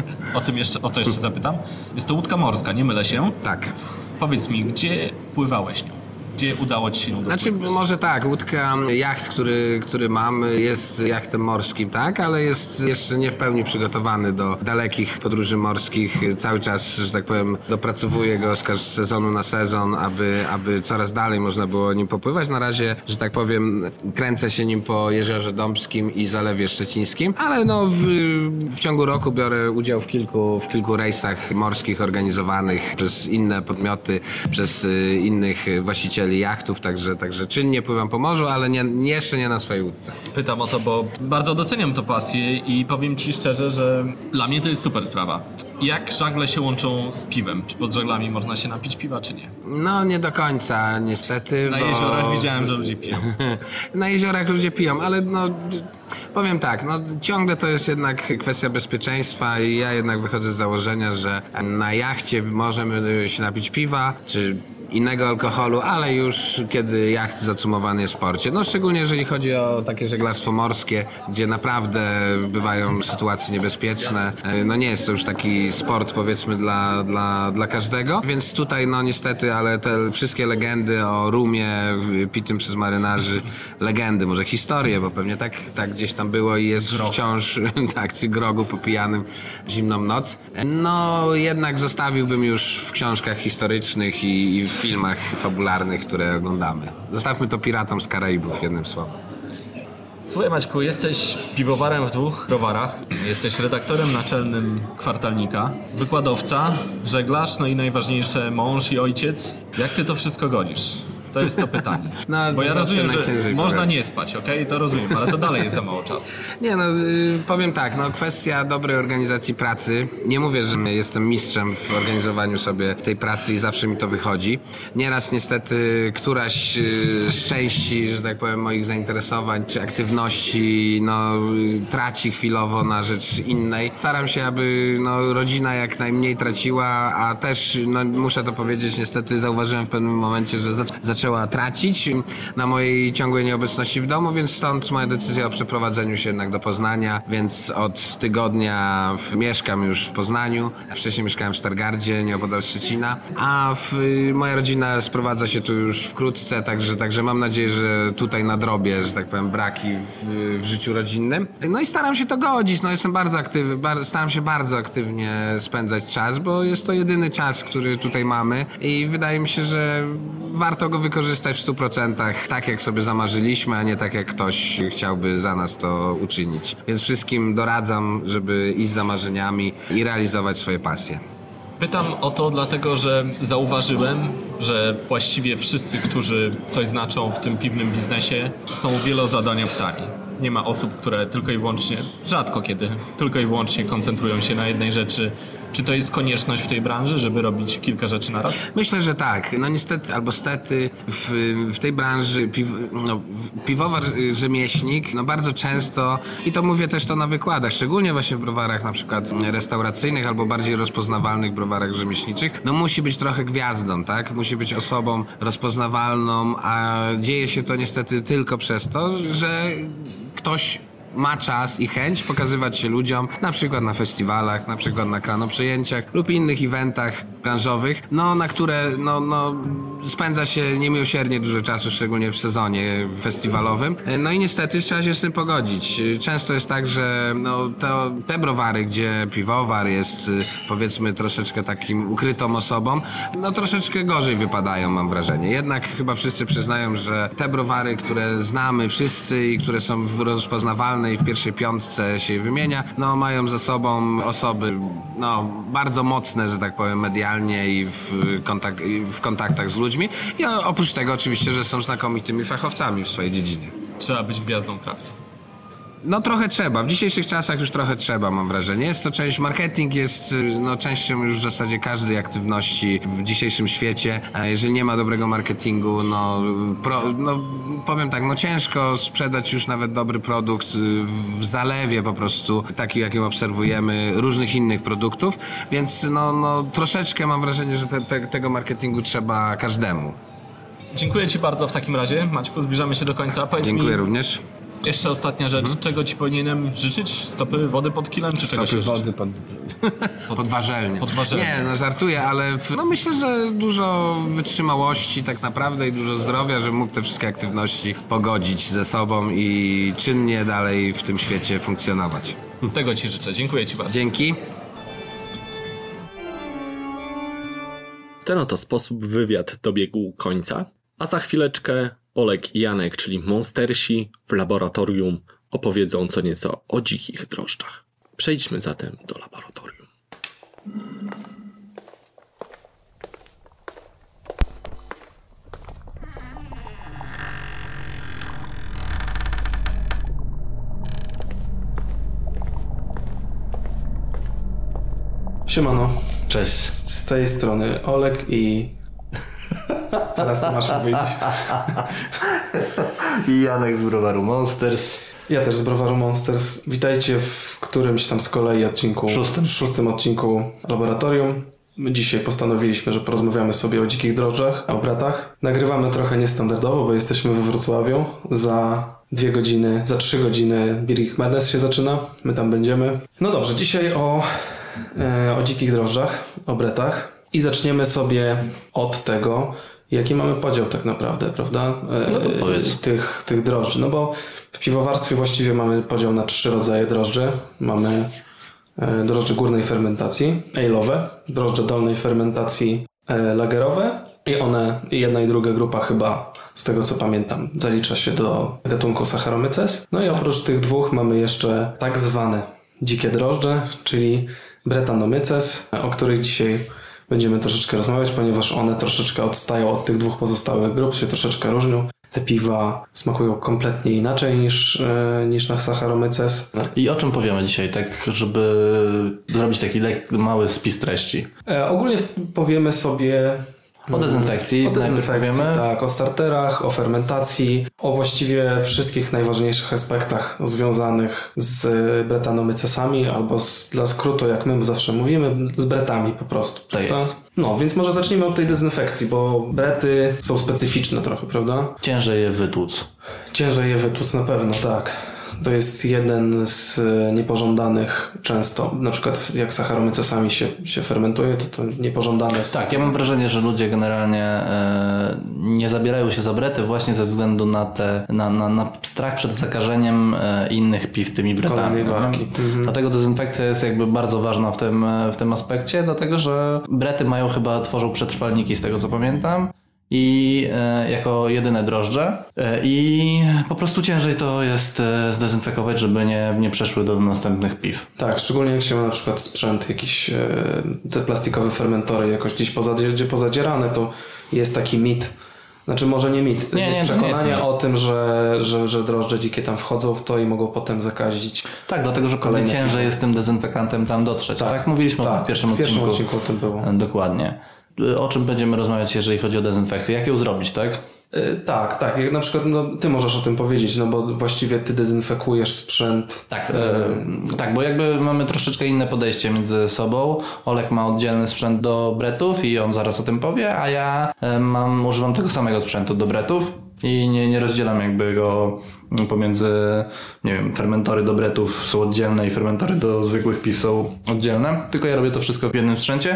O to jeszcze zapytam. Jest to łódka morska, nie mylę się? Tak. Powiedz mi, gdzie pływałeś nią? Gdzie udało ci się nią dopływać? Znaczy, może tak, jacht, który mam, jest jachtem morskim, tak, ale jest jeszcze nie w pełni przygotowany do dalekich podróży morskich. Cały czas, że tak powiem, dopracowuję go z sezonu na sezon, aby coraz dalej można było nim popływać. Na razie, że tak powiem, kręcę się nim po Jeziorze Dąbskim i Zalewie Szczecińskim, ale no w ciągu roku biorę udział w kilku rejsach morskich organizowanych przez inne podmioty, przez innych właścicieli jachtów, także czynnie pływam po morzu, ale jeszcze nie na swojej łódce. Pytam o to, bo bardzo doceniam tę pasję i powiem ci szczerze, że dla mnie to jest super sprawa. Jak żagle się łączą z piwem? Czy pod żaglami można się napić piwa, czy nie? No nie do końca niestety. Na jeziorach widziałem, że ludzie piją. Na jeziorach ludzie piją, ale no powiem tak, no ciągle to jest jednak kwestia bezpieczeństwa i ja jednak wychodzę z założenia, że na jachcie możemy się napić piwa, czy innego alkoholu, ale już kiedy jacht zacumowany jest w porcie. No szczególnie jeżeli chodzi o takie żeglarstwo morskie, gdzie naprawdę bywają sytuacje niebezpieczne. No nie jest to już taki sport powiedzmy dla każdego, więc tutaj no niestety, ale te wszystkie legendy o rumie pitym przez marynarzy, legendy, może historie, bo pewnie tak gdzieś tam było i jest wciąż, tak, czy grogu popijanym zimną noc. No jednak zostawiłbym już w książkach historycznych i w filmach fabularnych, które oglądamy. Zostawmy to piratom z Karaibów, jednym słowem. Słuchaj Maćku, jesteś piwowarem w 2 browarach, jesteś redaktorem naczelnym Kwartalnika, wykładowca, żeglarz, no i najważniejsze mąż i ojciec. Jak ty to wszystko godzisz? To jest to pytanie. No, bo ja rozumiem, że można powiedzieć. nie spać, okej? To rozumiem, ale to dalej jest za mało czasu. Nie no, powiem tak, no kwestia dobrej organizacji pracy. Nie mówię, że jestem mistrzem w organizowaniu sobie tej pracy i zawsze mi to wychodzi. Nieraz niestety któraś z części, że tak powiem, moich zainteresowań czy aktywności no, traci chwilowo na rzecz innej. Staram się, aby no, rodzina jak najmniej traciła, a też, no, muszę to powiedzieć, niestety zauważyłem w pewnym momencie, że zaczęła tracić na mojej ciągłej nieobecności w domu, więc stąd moja decyzja o przeprowadzeniu się jednak do Poznania, więc od tygodnia mieszkam już w Poznaniu. Wcześniej mieszkałem w Stargardzie, nieopodal Szczecina, a moja rodzina sprowadza się tu już wkrótce, także mam nadzieję, że tutaj nadrobię, że tak powiem, braki w życiu rodzinnym. No i staram się to godzić, no jestem bardzo aktywny, staram się bardzo aktywnie spędzać czas, bo jest to jedyny czas, który tutaj mamy i wydaje mi się, że warto go wykorzystać w 100%, tak jak sobie zamarzyliśmy, a nie tak jak ktoś chciałby za nas to uczynić. Więc wszystkim doradzam, żeby iść za marzeniami i realizować swoje pasje. Pytam o to dlatego, że zauważyłem, że właściwie wszyscy, którzy coś znaczą w tym piwnym biznesie, są wielozadaniowcami. Nie ma osób, które tylko i wyłącznie, rzadko kiedy, tylko i wyłącznie koncentrują się na jednej rzeczy, Czy to jest konieczność w tej branży, żeby robić kilka rzeczy na raz? Myślę, że tak. No niestety, albo stety w tej branży piwowar, rzemieślnik, no bardzo często, i to mówię też to na wykładach, szczególnie właśnie w browarach na przykład restauracyjnych albo bardziej rozpoznawalnych browarach rzemieślniczych, no musi być trochę gwiazdą, tak? Musi być osobą rozpoznawalną, a dzieje się to niestety tylko przez to, że ktoś ma czas i chęć pokazywać się ludziom, na przykład na festiwalach, na przykład na kranoprzejęciach lub innych eventach branżowych, no na które spędza się niemiłosiernie dużo czasu, szczególnie w sezonie festiwalowym. No i niestety trzeba się z tym pogodzić. Często jest tak, że te browary, gdzie piwowar jest powiedzmy troszeczkę takim ukrytą osobą, no troszeczkę gorzej wypadają, mam wrażenie. Jednak chyba wszyscy przyznają, że te browary, które znamy wszyscy i które są rozpoznawalne i w pierwszej piątce się wymienia, no mają za sobą osoby bardzo mocne, że tak powiem, medialnie i w kontaktach z ludźmi. I oprócz tego oczywiście, że są znakomitymi fachowcami w swojej dziedzinie. Trzeba być gwiazdą craftu. No trochę trzeba. W dzisiejszych czasach już trochę trzeba, mam wrażenie. Jest to część, marketing jest częścią już w zasadzie każdej aktywności w dzisiejszym świecie. A jeżeli nie ma dobrego marketingu, powiem tak, ciężko sprzedać już nawet dobry produkt w zalewie po prostu, taki jakim obserwujemy różnych innych produktów, więc troszeczkę mam wrażenie, że tego marketingu trzeba każdemu. Dziękuję Ci bardzo w takim razie. Maćku, zbliżamy się do końca. Dziękuję również. Jeszcze ostatnia rzecz. Czego Ci powinienem życzyć? Stopy wody pod kilem? Czy stopy wody podważelnie. Nie, żartuję, ale myślę, że dużo wytrzymałości tak naprawdę i dużo zdrowia, że mógł te wszystkie aktywności pogodzić ze sobą i czynnie dalej w tym świecie funkcjonować. Tego Ci życzę. Dziękuję Ci bardzo. Dzięki. W ten oto sposób wywiad dobiegł końca, a za chwileczkę Oleg i Janek, czyli monstersi w laboratorium, opowiedzą co nieco o dzikich drożdżach. Przejdźmy zatem do laboratorium. Siemano. Cześć. Z tej strony Oleg i... Teraz ty masz powiedzieć. I Janek z browaru Monsters. Ja też z browaru Monsters. Witajcie w którymś tam z kolei odcinku. Szóstym odcinku Laboratorium. My dzisiaj postanowiliśmy, że porozmawiamy sobie o dzikich drożdżach, o bratach. Nagrywamy trochę niestandardowo, bo jesteśmy we Wrocławiu. Za 2 godziny, za 3 godziny Beer Geek Madness się zaczyna. My tam będziemy. No dobrze, dzisiaj o dzikich drożdżach, o bretach. I zaczniemy sobie od tego, jaki mamy podział tak naprawdę, prawda? No to powiedz. Tych drożdży. No bo w piwowarstwie właściwie mamy podział na 3 rodzaje drożdży. Mamy drożdże górnej fermentacji, ale'owe, drożdże dolnej fermentacji lagerowe i one, jedna i druga grupa chyba, z tego co pamiętam, zalicza się do gatunku Saccharomyces. No i oprócz tych dwóch mamy jeszcze tak zwane dzikie drożdże, czyli Brettanomyces, o których dzisiaj będziemy troszeczkę rozmawiać, ponieważ one troszeczkę odstają od tych dwóch pozostałych grup, się troszeczkę różnią. Te piwa smakują kompletnie inaczej niż na Saccharomyces. I o czym powiemy dzisiaj, tak żeby zrobić taki mały spis treści? Ogólnie powiemy sobie o dezynfekcji, powiemy. Tak, o starterach, o fermentacji, o właściwie wszystkich najważniejszych aspektach związanych z Brettanomycesami, albo dla skrótu, jak my zawsze mówimy, z bretami po prostu. Tak jest. No, więc może zacznijmy od tej dezynfekcji, bo brety są specyficzne trochę, prawda? Ciężej je wytłuc. Ciężej je wytłuc na pewno, tak. To jest jeden z niepożądanych często, na przykład jak Saccharomycesami się fermentuje, to niepożądane jest. Tak, ja mam wrażenie, że ludzie generalnie nie zabierają się za brety właśnie ze względu na na strach przed zakażeniem innych piw tymi bretami. Dlatego dezynfekcja jest jakby bardzo ważna w tym aspekcie, dlatego że brety tworzą przetrwalniki z tego co pamiętam. I jako jedyne drożdże i po prostu ciężej to jest zdezynfekować, żeby nie przeszły do następnych piw. Tak, szczególnie jak się ma na przykład sprzęt, jakiś te plastikowe fermentory jakoś gdzieś pozadzierane, to jest taki mit, Znaczy może nie mit, jest przekonanie nie. o tym, że drożdże dzikie tam wchodzą w to i mogą potem zakazić. Tak, dlatego, że kolejne ciężej jest tym dezynfekantem tam dotrzeć. Tak, mówiliśmy o tym w pierwszym odcinku o tym było. Dokładnie. O czym będziemy rozmawiać, jeżeli chodzi o dezynfekcję? Jak ją zrobić, tak? Tak. Jak na przykład ty możesz o tym powiedzieć, no bo właściwie ty dezynfekujesz sprzęt. Tak, bo jakby mamy troszeczkę inne podejście między sobą. Olek ma oddzielny sprzęt do bretów i on zaraz o tym powie, a ja używam tego samego sprzętu do bretów i nie rozdzielam jakby go pomiędzy, nie wiem, fermentory do bretów są oddzielne i fermentory do zwykłych piw są oddzielne, tylko ja robię to wszystko w jednym sprzęcie.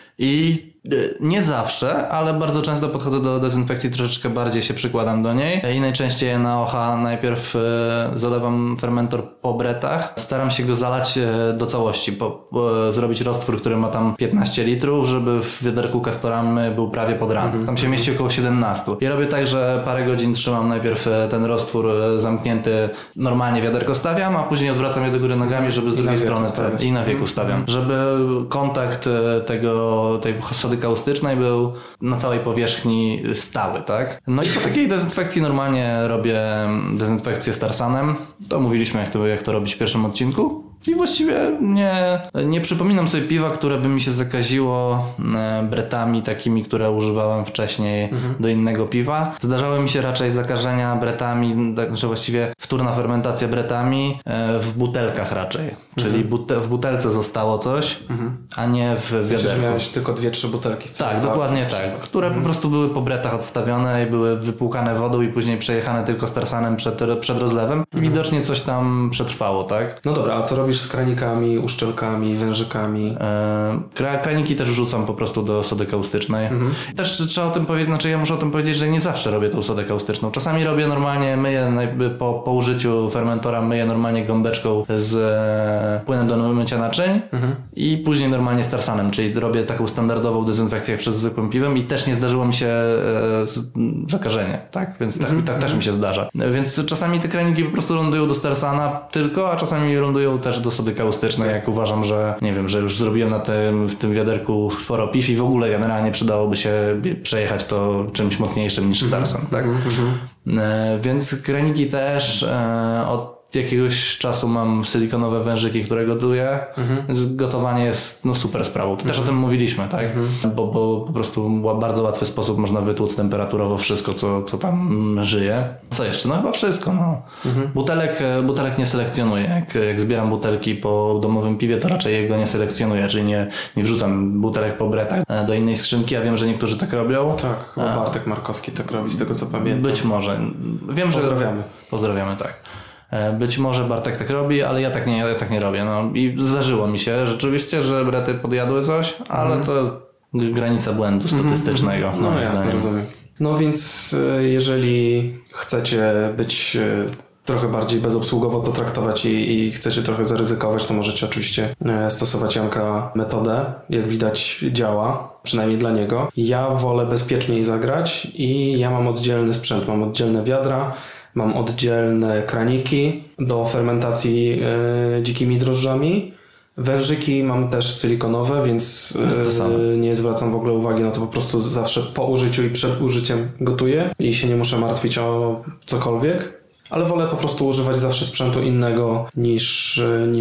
I nie zawsze, ale bardzo często podchodzę do dezynfekcji, troszeczkę bardziej się przykładam do niej i najczęściej na OH najpierw zalewam fermentor po bretach. Staram się go zalać do całości, zrobić roztwór, który ma tam 15 litrów, żeby w wiaderku Castoramy był prawie pod rand. Tam się mieści około 17. I robię tak, że parę godzin trzymam najpierw ten roztwór zamknięty, normalnie wiaderko stawiam, a później odwracam je do góry nogami, żeby z drugiej strony i na wiek ustawiam. Żeby kontakt tej sody kaustycznej był na całej powierzchni stały, tak? No i po takiej dezynfekcji normalnie robię dezynfekcję Starsanem. To mówiliśmy, jak to robić w pierwszym odcinku. I właściwie nie przypominam sobie piwa, które by mi się zakaziło bretami takimi, które używałem wcześniej do innego piwa. Zdarzały mi się raczej zakażenia bretami, znaczy właściwie wtórna fermentacja bretami w butelkach raczej. Czyli w butelce zostało coś, a nie w wiaderku. Miałeś tylko 2-3 butelki. Tak, dokładnie tak. Które po prostu były po bretach odstawione i były wypłukane wodą i później przejechane tylko Starsanem przed rozlewem. I widocznie coś tam przetrwało, tak? No dobra, a co robisz z kranikami, uszczelkami, wężykami? Kraniki też wrzucam po prostu do sody kaustycznej. Też trzeba o tym powiedzieć, znaczy ja muszę o tym powiedzieć, że nie zawsze robię tą sodę kaustyczną. Czasami robię normalnie, myję po użyciu fermentora, myję normalnie gąbeczką z płynem do mycia naczyń i później normalnie Starsanem, czyli robię taką standardową dezynfekcję jak przed zwykłym piwem i też nie zdarzyło mi się zakażenie, tak? Więc tak też mi się zdarza. Więc czasami te kraniki po prostu lądują do Starsana tylko, a czasami lądują też do sody kaustycznej, jak uważam, że nie wiem, że już zrobiłem w tym wiaderku sporo piw i w ogóle generalnie przydałoby się przejechać to czymś mocniejszym niż Starsan, tak? Więc kraniki też od jakiegoś czasu mam silikonowe wężyki, które gotuję. Gotowanie jest super sprawą. Też o tym mówiliśmy, tak? Bo po prostu w bardzo łatwy sposób można wytłuc temperaturowo wszystko, co tam żyje. Co jeszcze? No chyba wszystko. No. Butelek nie selekcjonuję. Jak zbieram butelki po domowym piwie, to raczej jego nie selekcjonuję, czyli nie wrzucam butelek po bretach do innej skrzynki. Ja wiem, że niektórzy tak robią. Tak, chyba Bartek Markowski tak robi, z tego co pamiętam. Być może. Wiem, że Pozdrawiamy, tak. Być może Bartek tak robi, ale ja tak nie robię. No i zdarzyło mi się rzeczywiście, że brety podjadły coś, ale to granica błędu statystycznego. No jasne, rozumiem. No więc jeżeli chcecie być trochę bardziej bezobsługowo to traktować i chcecie trochę zaryzykować, to możecie oczywiście stosować Janka metodę. Jak widać działa, przynajmniej dla niego. Ja wolę bezpieczniej zagrać i ja mam oddzielny sprzęt, mam oddzielne wiadra, mam oddzielne kraniki do fermentacji dzikimi drożdżami. Wężyki mam też silikonowe, więc nie zwracam w ogóle uwagi na to, po prostu zawsze po użyciu i przed użyciem gotuję i się nie muszę martwić o cokolwiek. Ale wolę po prostu używać zawsze sprzętu innego niż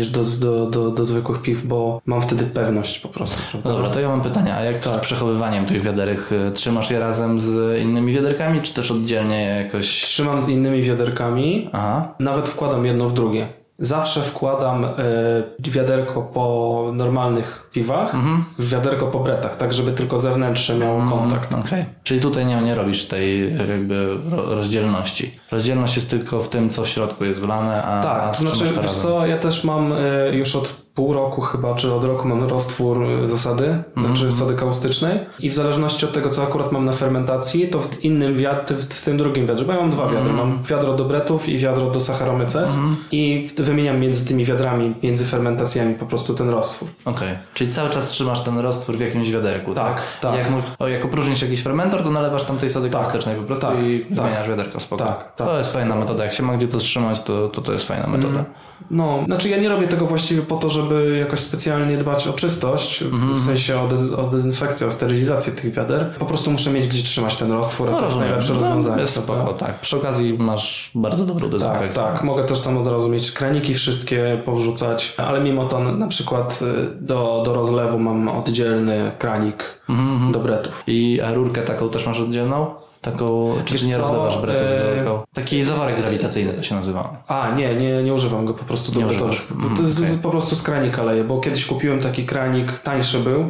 do zwykłych piw, bo mam wtedy pewność po prostu. No dobra, to ja mam pytanie, a jak z przechowywaniem tych wiaderek? Trzymasz je razem z innymi wiaderkami, czy też oddzielnie jakoś? Trzymam z innymi wiaderkami, nawet wkładam jedno w drugie. Zawsze wkładam wiaderko po normalnych piwach w wiaderko po bretach, tak żeby tylko zewnętrzne miało kontakt. Okay. Czyli tutaj nie robisz tej jakby rozdzielności. Rozdzielność jest tylko w tym, co w środku jest wlane, a to znaczy, wiesz co, ja też mam już od pół roku chyba, czy od roku mam roztwór zasady, znaczy sody kaustycznej i w zależności od tego, co akurat mam na fermentacji, to w innym w tym drugim wiadrze, bo ja mam dwa wiadra, mam wiadro do bretów i wiadro do Saccharomyces i wymieniam między tymi wiadrami, między fermentacjami po prostu ten roztwór. Okej. Czyli cały czas trzymasz ten roztwór w jakimś wiaderku, tak? Tak. Jak opróżnisz jakiś fermentor, to nalewasz tam tej sody kaustycznej po prostu i wymieniasz wiaderko, spoko. To jest fajna metoda. Jak się ma gdzie to trzymać, to jest fajna metoda. No, znaczy ja nie robię tego właściwie po to, żeby jakoś specjalnie dbać o czystość, w sensie o dezynfekcję, o sterylizację tych wiader. Po prostu muszę mieć gdzie trzymać ten roztwór, to jest najlepsze rozwiązanie. Jest spoko, tak. Przy okazji masz bardzo dobrą dezynfekcję. Tak. Mogę też tam od razu mieć kraniki wszystkie powrzucać, ale mimo to na przykład do rozlewu mam oddzielny kranik do bretów. I rurkę taką też masz oddzielną? Taką, czy nie rozlewasz bretów z rurką? Taki zaworek grawitacyjny to się nazywa. Nie używam go po prostu do bretowych. To jest po prostu z kranika leję, bo kiedyś kupiłem taki kranik, tańszy był.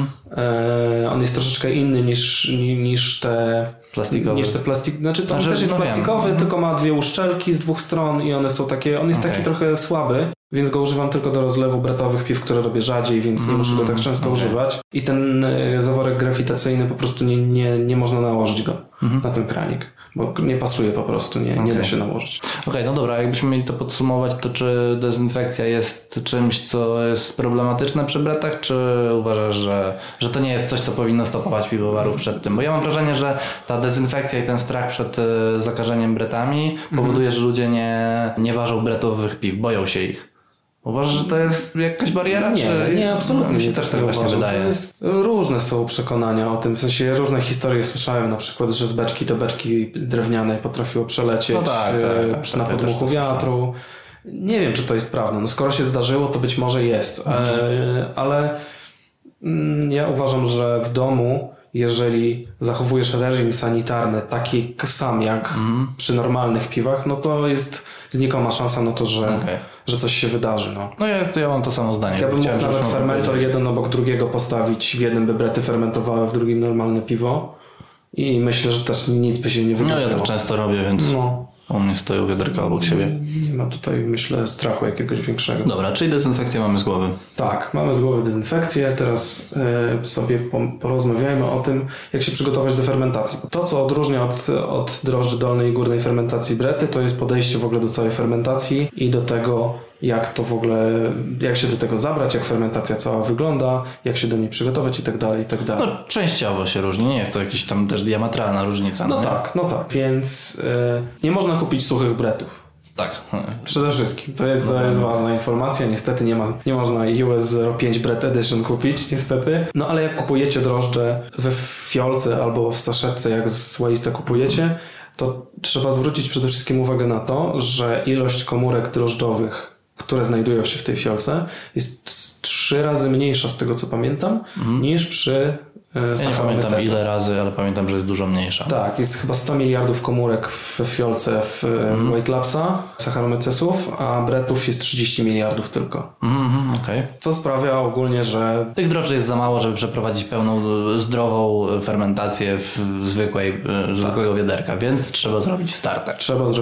On jest troszeczkę inny niż te plastikowe. Znaczy to też jest plastikowy, tylko ma 2 uszczelki z 2 stron i one są takie, on jest taki trochę słaby, więc go używam tylko do rozlewu bretowych piw, które robię rzadziej, więc nie muszę go tak często używać. I ten zaworek grawitacyjny po prostu nie można nałożyć go na ten kranik, bo nie pasuje po prostu, nie da się nałożyć. Okej, no dobra, jakbyśmy mieli to podsumować, to czy dezynfekcja jest czymś, co jest problematyczne przy bretach, czy uważasz, że to nie jest coś, co powinno stopować piwowarów przed tym? Bo ja mam wrażenie, że ta dezynfekcja i ten strach przed zakażeniem bretami powoduje, że ludzie nie ważą bretowych piw, boją się ich. Uważasz, że to jest jakaś bariera? Nie, absolutnie. Mi się też tak właśnie wydaje. Różne są przekonania o tym, w sensie różne historie słyszałem, na przykład, że z beczki do beczki drewnianej potrafiło przelecieć na podmuchu wiatru. Nie wiem, czy to jest prawda. No, skoro się zdarzyło, to być może jest. Ale ja uważam, że w domu, jeżeli zachowujesz reżim sanitarny taki sam jak przy normalnych piwach, no to jest znikoma szansa na to, że coś się wydarzy. Ja mam to samo zdanie. Ja bym mógł nawet fermentor jeden obok drugiego postawić. W jednym by brety fermentowały, w drugim normalne piwo. I myślę, że też nic by się nie wydarzyło. Ja to często robię, więc u mnie stoją wiaderka obok siebie. Nie ma tutaj, myślę, strachu jakiegoś większego. Dobra, czyli dezynfekcję mamy z głowy. Tak, mamy z głowy dezynfekcję. Teraz sobie porozmawiajmy o tym, jak się przygotować do fermentacji. To, co odróżnia od drożdży dolnej i górnej fermentacji brety, to jest podejście w ogóle do całej fermentacji i do tego, jak się do tego zabrać, jak fermentacja cała wygląda, jak się do niej przygotować i tak dalej, i tak dalej. No, częściowo się różni, nie jest to jakaś tam też diametralna różnica. No tak, więc nie można kupić suchych bretów. Tak. Przede wszystkim. To jest ważna informacja. Niestety nie można US 05 Brett Edition kupić, niestety. No ale jak kupujecie drożdże we fiolce albo w saszetce, jak słoiste kupujecie, to trzeba zwrócić przede wszystkim uwagę na to, że ilość komórek drożdżowych, które znajdują się w tej fiolce, jest 3 razy mniejsza z tego, co pamiętam, niż przy ja nie pamiętam ile razy, ale pamiętam, że jest dużo mniejsza. Tak, jest chyba 100 miliardów komórek w fiolce w White Labsa, Saccharomycesów, a Brettów jest 30 miliardów tylko. Co sprawia ogólnie, że tych drożdży jest za mało, żeby przeprowadzić pełną, zdrową fermentację w zwykłego wiaderka, więc trzeba zrobić starter.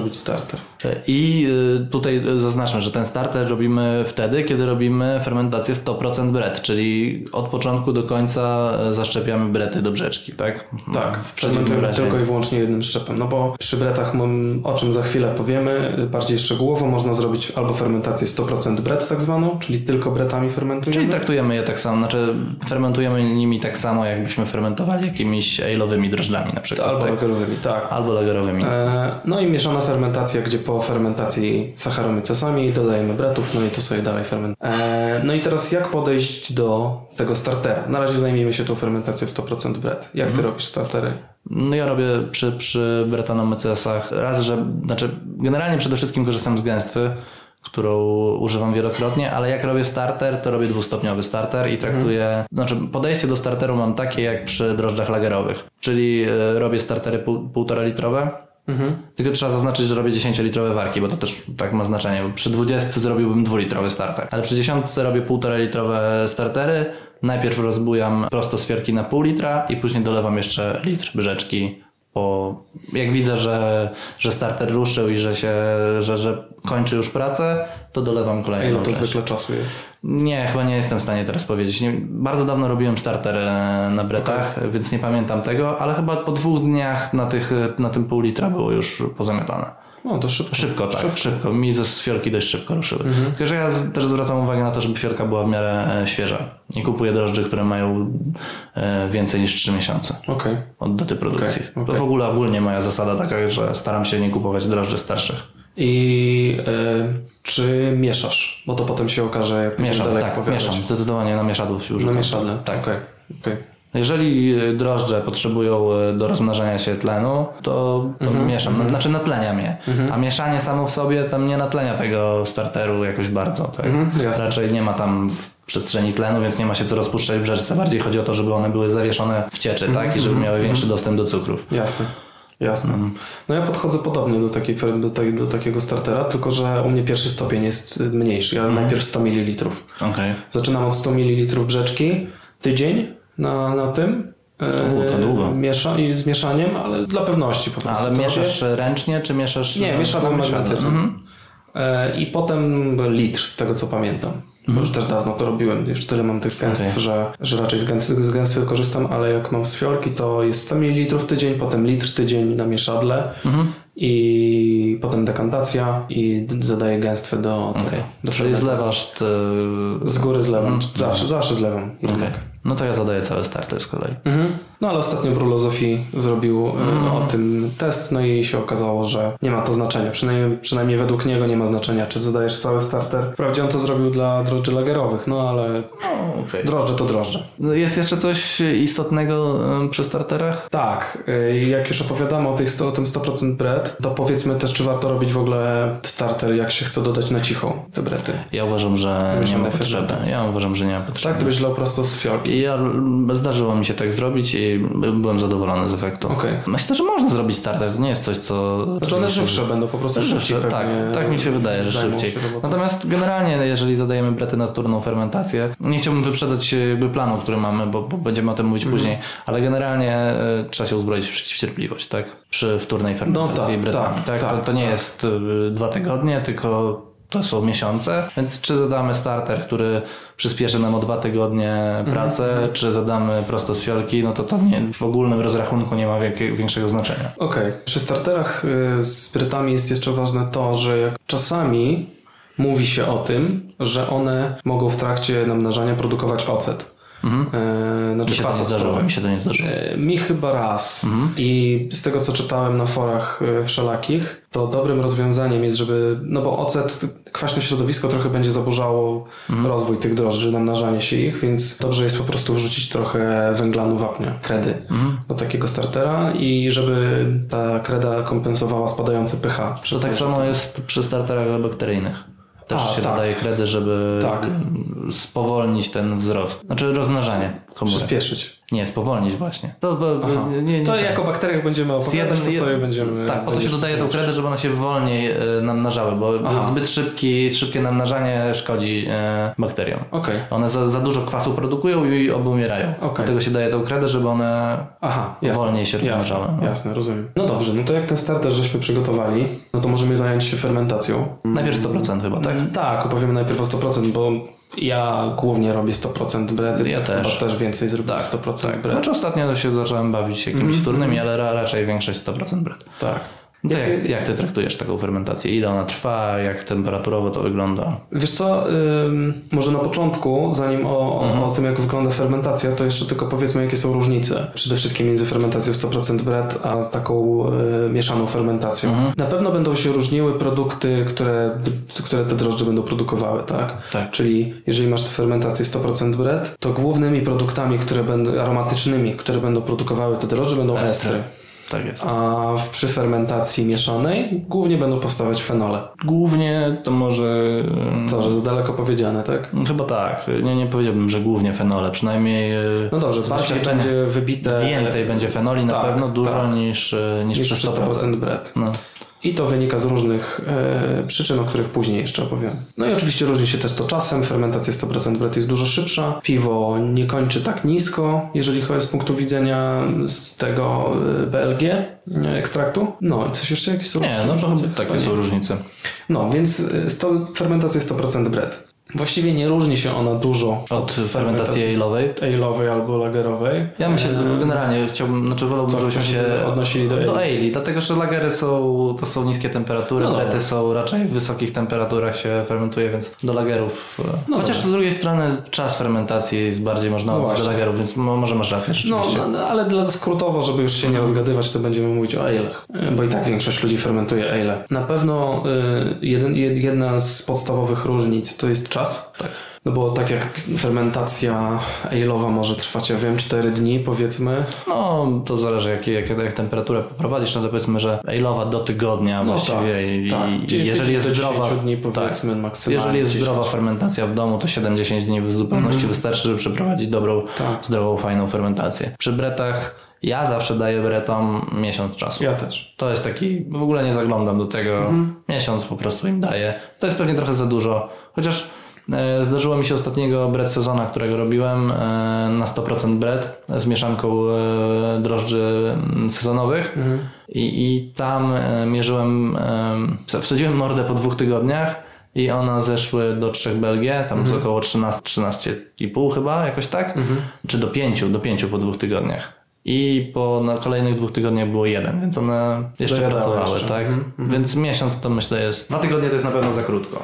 I tutaj zaznaczmy, że ten starter robimy wtedy, kiedy robimy fermentację 100% Brett, czyli od początku do końca zaszczepiamy brety do brzeczki, tak? Tak, fermentujemy tylko i wyłącznie jednym szczepem, no bo przy bretach, o czym za chwilę powiemy, bardziej szczegółowo można zrobić albo fermentację 100% Brett tak zwaną, czyli tylko bretami fermentujemy. Czyli traktujemy je tak samo, znaczy fermentujemy nimi tak samo, jakbyśmy fermentowali jakimiś ale'owymi drożdżami na przykład. Albo lagerowymi, tak. Albo lagerowymi. No i mieszana fermentacja, gdzie po fermentacji Saccharomycesami dodajemy bretów, no i to sobie dalej fermentujemy. No i teraz jak podejść do tego startera? Na razie zajmijmy się tą fermentacją w 100% Brett. Jak ty robisz startery? No ja robię przy Brettanomycesach generalnie przede wszystkim korzystam z gęstwy, którą używam wielokrotnie, ale jak robię starter, to robię 2-stopniowy starter i traktuję, podejście do starteru mam takie jak przy drożdżach lagerowych, czyli robię startery 1,5 litrowe. Tylko trzeba zaznaczyć, że robię 10-litrowe warki, bo to też tak ma znaczenie. Przy 20 zrobiłbym 2-litrowy starter, ale przy 10 robię 1,5-litrowe startery. Najpierw rozbujam prosto sfierki na 0,5 litra i później dolewam jeszcze litr brzeczki. Jak widzę, że starter ruszył i że kończy już pracę, to dolewam kolejną część. Ile to zwykle czasu jest? Nie, chyba nie jestem w stanie teraz powiedzieć. Bardzo dawno robiłem starter na Brettach, więc nie pamiętam tego, ale chyba po 2 dniach na tym 0,5 litra było już pozamiatane. No to szybko. Szybko. Mi ze fiolki dość szybko ruszyły. Tylko, że ja też zwracam uwagę na to, żeby fiolka była w miarę świeża. Nie kupuję drożdży, które mają więcej niż 3 miesiące od daty produkcji. To w ogóle ogólnie moja zasada taka, że staram się nie kupować drożdży starszych. I czy mieszasz? Bo to potem się okaże, jak mieszam, dalej tak, mieszam. Zdecydowanie na mieszadło się używa. Na mieszadle, tak. Okej. Jeżeli drożdże potrzebują do rozmnażania się tlenu, to mieszam, znaczy natleniam je. A mieszanie samo w sobie tam nie natlenia tego starteru jakoś bardzo. Tak? Raczej nie ma tam w przestrzeni tlenu, więc nie ma się co rozpuszczać w brzeczce. Bardziej chodzi o to, żeby one były zawieszone w cieczy, tak? I żeby miały większy dostęp do cukrów. Jasne. No ja podchodzę podobnie do takiego startera, tylko że u mnie pierwszy stopień jest mniejszy. Ja najpierw 100 ml. Okay. Zaczynam od 100 ml brzeczki, tydzień na tym. To długo. Z mieszaniem, ale dla pewności po prostu. Ale mieszasz ręcznie, czy mieszasz... Nie, mieszam magnetycznym. I potem litr, z tego co pamiętam. Bo już też dawno to robiłem, już tyle mam tych gęstw, że raczej z gęstwy korzystam, ale jak mam z fiolki, to jest 100 ml tydzień, potem litr tydzień na mieszadle i potem dekantacja i zadaję gęstwę do Czyli zlewasz... Z góry zlewam, zawsze zlewam. No to ja zadaję cały starter z kolei. No ale ostatnio Brulozofii zrobił o tym test, no i się okazało, że nie ma to znaczenia. Przynajmniej według niego nie ma znaczenia, czy zadajesz cały starter. Wprawdzie on to zrobił dla drożdży lagerowych, no ale drożdże to drożdże. Jest jeszcze coś istotnego przy starterach? Tak, jak już opowiadamy o tym 100% bread, to powiedzmy też, czy warto robić w ogóle starter, jak się chce dodać na cicho te brety. Ja uważam, że nie ma potrzeby. Tak, to byś lał prosto z fiolki. Zdarzyło mi się tak zrobić i byłem zadowolony z efektu. Myślę, że można zrobić starter, to nie jest coś, co... Znaczy one żywsze będą, po prostu szybciej. Tak mi się wydaje, że szybciej. Natomiast generalnie, jeżeli zadajemy brety na wtórną fermentację, nie chciałbym wyprzedzać planu, który mamy, bo będziemy o tym mówić później, ale generalnie trzeba się uzbroić w przeciwcierpliwość, tak? Przy wtórnej fermentacji bretami. To nie jest 2 tygodnie, tylko to są miesiące, więc czy zadamy starter, który przyspieszy nam o 2 tygodnie pracę, czy zadamy prosto z fiolki, no to nie, w ogólnym rozrachunku nie ma większego znaczenia. Przy starterach z bretami jest jeszcze ważne to, że jak czasami mówi się o tym, że one mogą w trakcie namnażania produkować ocet. Mi się to nie zdarzyło. Mi chyba raz. I z tego, co czytałem na forach wszelakich, to dobrym rozwiązaniem jest, żeby, no bo ocet, kwaśne środowisko trochę będzie zaburzało rozwój tych drożdży, namnażanie się ich, więc dobrze jest po prostu wrzucić trochę węglanu wapnia, kredy do takiego startera i żeby ta kreda kompensowała spadający pH. To tak samo jest przy starterach bakteryjnych. Też się dodaje kredy, żeby spowolnić ten wzrost. Znaczy rozmnażanie komórek. Przyspieszyć. Nie, spowolnić właśnie. To jak o bakteriach będziemy opowiadać, to sobie będziemy... Tak, po to się dodaje tą kredę, żeby one się wolniej namnażały, bo zbyt szybkie namnażanie szkodzi bakteriom. One za dużo kwasu produkują i obumierają. Dlatego się daje tą kredę, żeby one wolniej się rozmnażały. Jasne, rozumiem. No dobrze, no to jak ten starter żeśmy przygotowali, no to możemy zająć się fermentacją. Najpierw 100% chyba, tak? Tak, opowiemy najpierw o 100%, bo ja głównie robię 100% bread. Ja też więcej zrobię 100% bread. Znaczy ostatnio się zacząłem bawić jakimiś wtórnymi, ale raczej większość 100% bread. Tak. To jak ty traktujesz taką fermentację? Ile ona trwa? Jak temperaturowo to wygląda? Wiesz co, może na początku, zanim o tym jak wygląda fermentacja, to jeszcze tylko powiedzmy jakie są różnice. Przede wszystkim między fermentacją 100% bread a taką mieszaną fermentacją. Na pewno będą się różniły produkty, które te drożdże będą produkowały, tak? Czyli jeżeli masz fermentację 100% bread, to głównymi produktami, aromatycznymi, które będą produkowały te drożdże, będą estry. Tak jest. A przy fermentacji mieszanej głównie będą powstawać fenole. Głównie to może... Co, że za daleko powiedziane, tak? Chyba tak. Nie powiedziałbym, że głównie fenole. Przynajmniej... No dobrze, bardziej będzie wybite... Więcej będzie fenoli na pewno dużo niż przy 100% bread. I to wynika z różnych przyczyn, o których później jeszcze opowiem. No i oczywiście różni się też to czasem. Fermentacja 100% bread jest dużo szybsza. Piwo nie kończy tak nisko, jeżeli chodzi z punktu widzenia z tego BLG ekstraktu. No i coś jeszcze? Jakieś są różnice? Nie, no to takie są różnice. No, więc fermentacja 100% bread. Właściwie nie różni się ona dużo od fermentacji ale'owej albo lagerowej. Ja myślę, że generalnie wolałbym, żebyśmy się odnosili do ale, dlatego że lagery to są niskie temperatury, brety są raczej w wysokich temperaturach się fermentuje, więc do lagerów. Chociaż z drugiej strony czas fermentacji jest bardziej można odnieść do lagerów, więc może masz rację rzeczywiście. Ale dla skrótowo, żeby już się nie rozgadywać, to będziemy mówić o ale'ach, bo i tak większość ludzi fermentuje ale. Na pewno jedna z podstawowych różnic to jest czas. Tak. No bo tak jak fermentacja ale'owa może trwać, 4 dni powiedzmy. No to zależy jak temperaturę poprowadzisz, no to powiedzmy, że ale'owa do tygodnia właściwie. Tak. Jeżeli jest zdrowa, dni powiedzmy maksymalnie. Jeżeli jest zdrowa fermentacja w domu, to 7-10 dni w zupełności wystarczy, żeby przeprowadzić dobrą, zdrową, fajną fermentację. Przy bretach ja zawsze daję bretom miesiąc czasu. Ja też. To jest taki, w ogóle nie zaglądam do tego, miesiąc po prostu im daję. To jest pewnie trochę za dużo, chociaż zdarzyło mi się ostatniego bret sezona, którego robiłem na 100% bret z mieszanką drożdży sezonowych i tam mierzyłem, wsadziłem mordę po 2 tygodniach i one zeszły do 3 BLG, tam z około 13,5 chyba, jakoś tak, czy do 5 po 2 tygodniach. I na kolejnych 2 tygodniach było 1, więc one jeszcze pracowały, tak? Więc miesiąc to myślę jest... 2 tygodnie to jest na pewno za krótko.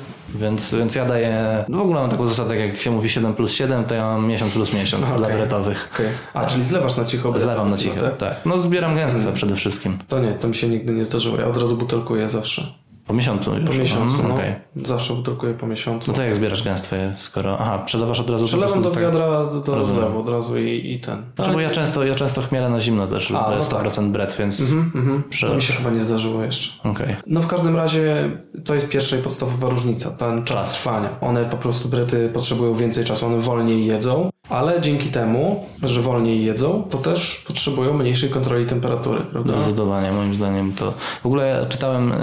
Więc ja daję... w ogóle mam taką zasadę, jak się mówi 7+7, to ja mam miesiąc plus miesiąc dla bretowych. A, czyli zlewasz na cicho? Zlewam na cicho, tak. No zbieram gęstwę przede wszystkim. To mi się nigdy nie zdarzyło. Ja od razu butelkuję zawsze. Po miesiącu już? Po miesiącu, Zawsze butelkuję po miesiącu. No to jak zbierasz gęstwę, skoro... Aha, przelewasz od razu... Przelewam do wiadra do rozlewu od razu i ten. Znaczy, bo ja często chmielę na zimno też, 100% bret, więc... To mi się chyba nie zdarzyło jeszcze. No w każdym razie to jest pierwsza i podstawowa różnica, ten czas trwania. One po prostu, brety potrzebują więcej czasu, one wolniej jedzą, ale dzięki temu, że wolniej jedzą, to też potrzebują mniejszej kontroli temperatury, prawda? Zdecydowanie, moim zdaniem to... W ogóle czytałem...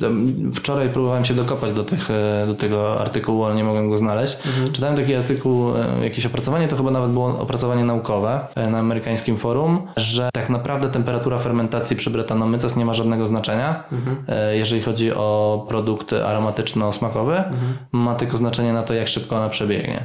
Wczoraj próbowałem się dokopać do tego artykułu, ale nie mogłem go znaleźć. Czytałem taki artykuł, jakieś opracowanie, to chyba nawet było opracowanie naukowe na amerykańskim forum, że tak naprawdę temperatura fermentacji przy Brettanomyces nie ma żadnego znaczenia, jeżeli chodzi o produkt aromatyczno-smakowy. Ma tylko znaczenie na to, jak szybko ona przebiegnie.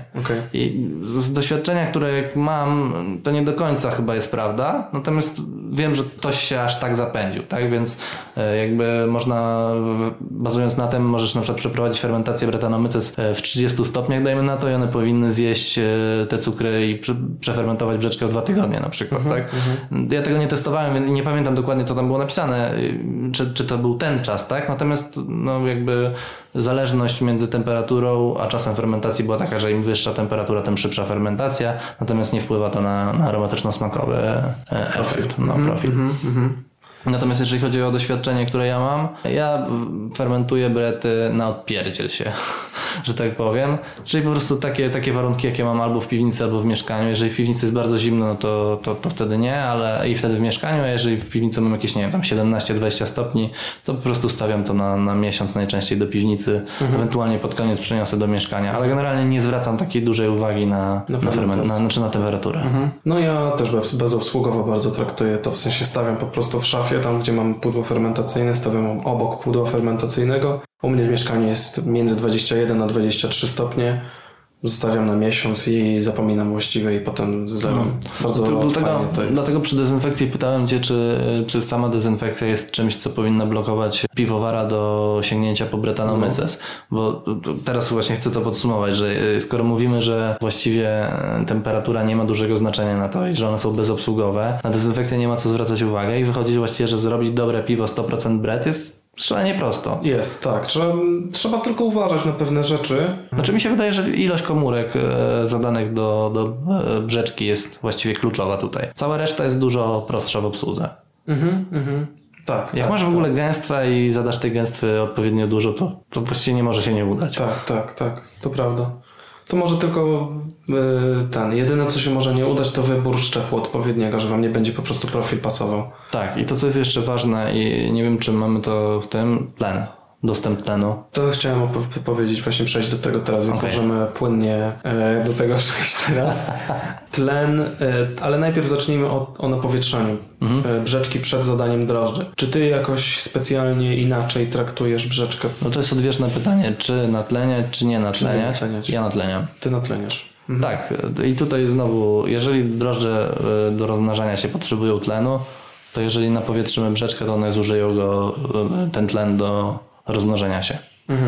I z doświadczenia, które mam, to nie do końca chyba jest prawda, natomiast wiem, że ktoś się aż tak zapędził, tak? Więc jakby można, bazując na tym, możesz na przykład przeprowadzić fermentację Brettanomyces w 30 stopniach, dajmy na to, i one powinny zjeść te cukry i przefermentować brzeczkę w 2 tygodnie na przykład, tak? Ja tego nie testowałem, więc nie pamiętam dokładnie, co tam było napisane, czy to był ten czas, tak? Natomiast no jakby zależność między temperaturą a czasem fermentacji była taka, że im wyższa temperatura, tym szybsza fermentacja, natomiast nie wpływa to na aromatyczno-smakowy efekt, profil. Natomiast jeżeli chodzi o doświadczenie, które ja mam, ja fermentuję brety na odpierdziel się, że tak powiem. Czyli po prostu takie warunki, jakie mam albo w piwnicy, albo w mieszkaniu. Jeżeli w piwnicy jest bardzo zimno, no to wtedy nie, ale i wtedy w mieszkaniu, a jeżeli w piwnicy mam jakieś, nie wiem, tam 17-20 stopni, to po prostu stawiam to na miesiąc najczęściej do piwnicy, ewentualnie pod koniec przeniosę do mieszkania, ale generalnie nie zwracam takiej dużej uwagi na temperaturę. No ja też bezobsługowo bardzo traktuję to, w sensie stawiam po prostu w szafie, tam gdzie mam pudło fermentacyjne, stawiam obok pudła fermentacyjnego. U mnie w mieszkaniu jest między 21 a 23 stopnie. Zostawiam na miesiąc i zapominam właściwie i potem zlewam. Bardzo fajnie to jest. Dlatego przy dezynfekcji pytałem Cię, czy sama dezynfekcja jest czymś, co powinna blokować piwowara do sięgnięcia po Brettanomyces. Bo teraz właśnie chcę to podsumować, że skoro mówimy, że właściwie temperatura nie ma dużego znaczenia na to i że one są bezobsługowe, na dezynfekcję nie ma co zwracać uwagi i wychodzi właściwie, że zrobić dobre piwo 100% Brett jest szalenie prosto. Jest, tak. Trzeba tylko uważać na pewne rzeczy. Znaczy mi się wydaje, że ilość komórek zadanych do brzeczki jest właściwie kluczowa tutaj. Cała reszta jest dużo prostsza w obsłudze. Tak. Jak masz w ogóle gęstwę i zadasz tej gęstwy odpowiednio dużo, to właściwie nie może się nie udać. Tak. To prawda. To może tylko jedyne co się może nie udać, to wybór szczepu odpowiedniego, że wam nie będzie po prostu profil pasował. Tak, i to co jest jeszcze ważne i nie wiem czy mamy to w tym, tlen. dostęp tlenu. To chciałem powiedzieć, właśnie przejść do tego teraz, więc możemy płynnie do tego przejść teraz. Tlen, ale najpierw zacznijmy o napowietrzaniu. Brzeczki przed zadaniem drożdży. Czy ty jakoś specjalnie inaczej traktujesz brzeczkę? No to jest odwieczne pytanie, czy natleniać, czy nie natleniać. Ja natleniam. Ty natleniasz. Tak, i tutaj znowu, jeżeli drożdże do rozmnażania się potrzebują tlenu, to jeżeli napowietrzymy brzeczkę, to one zużyją ten tlen do rozmnożenia się.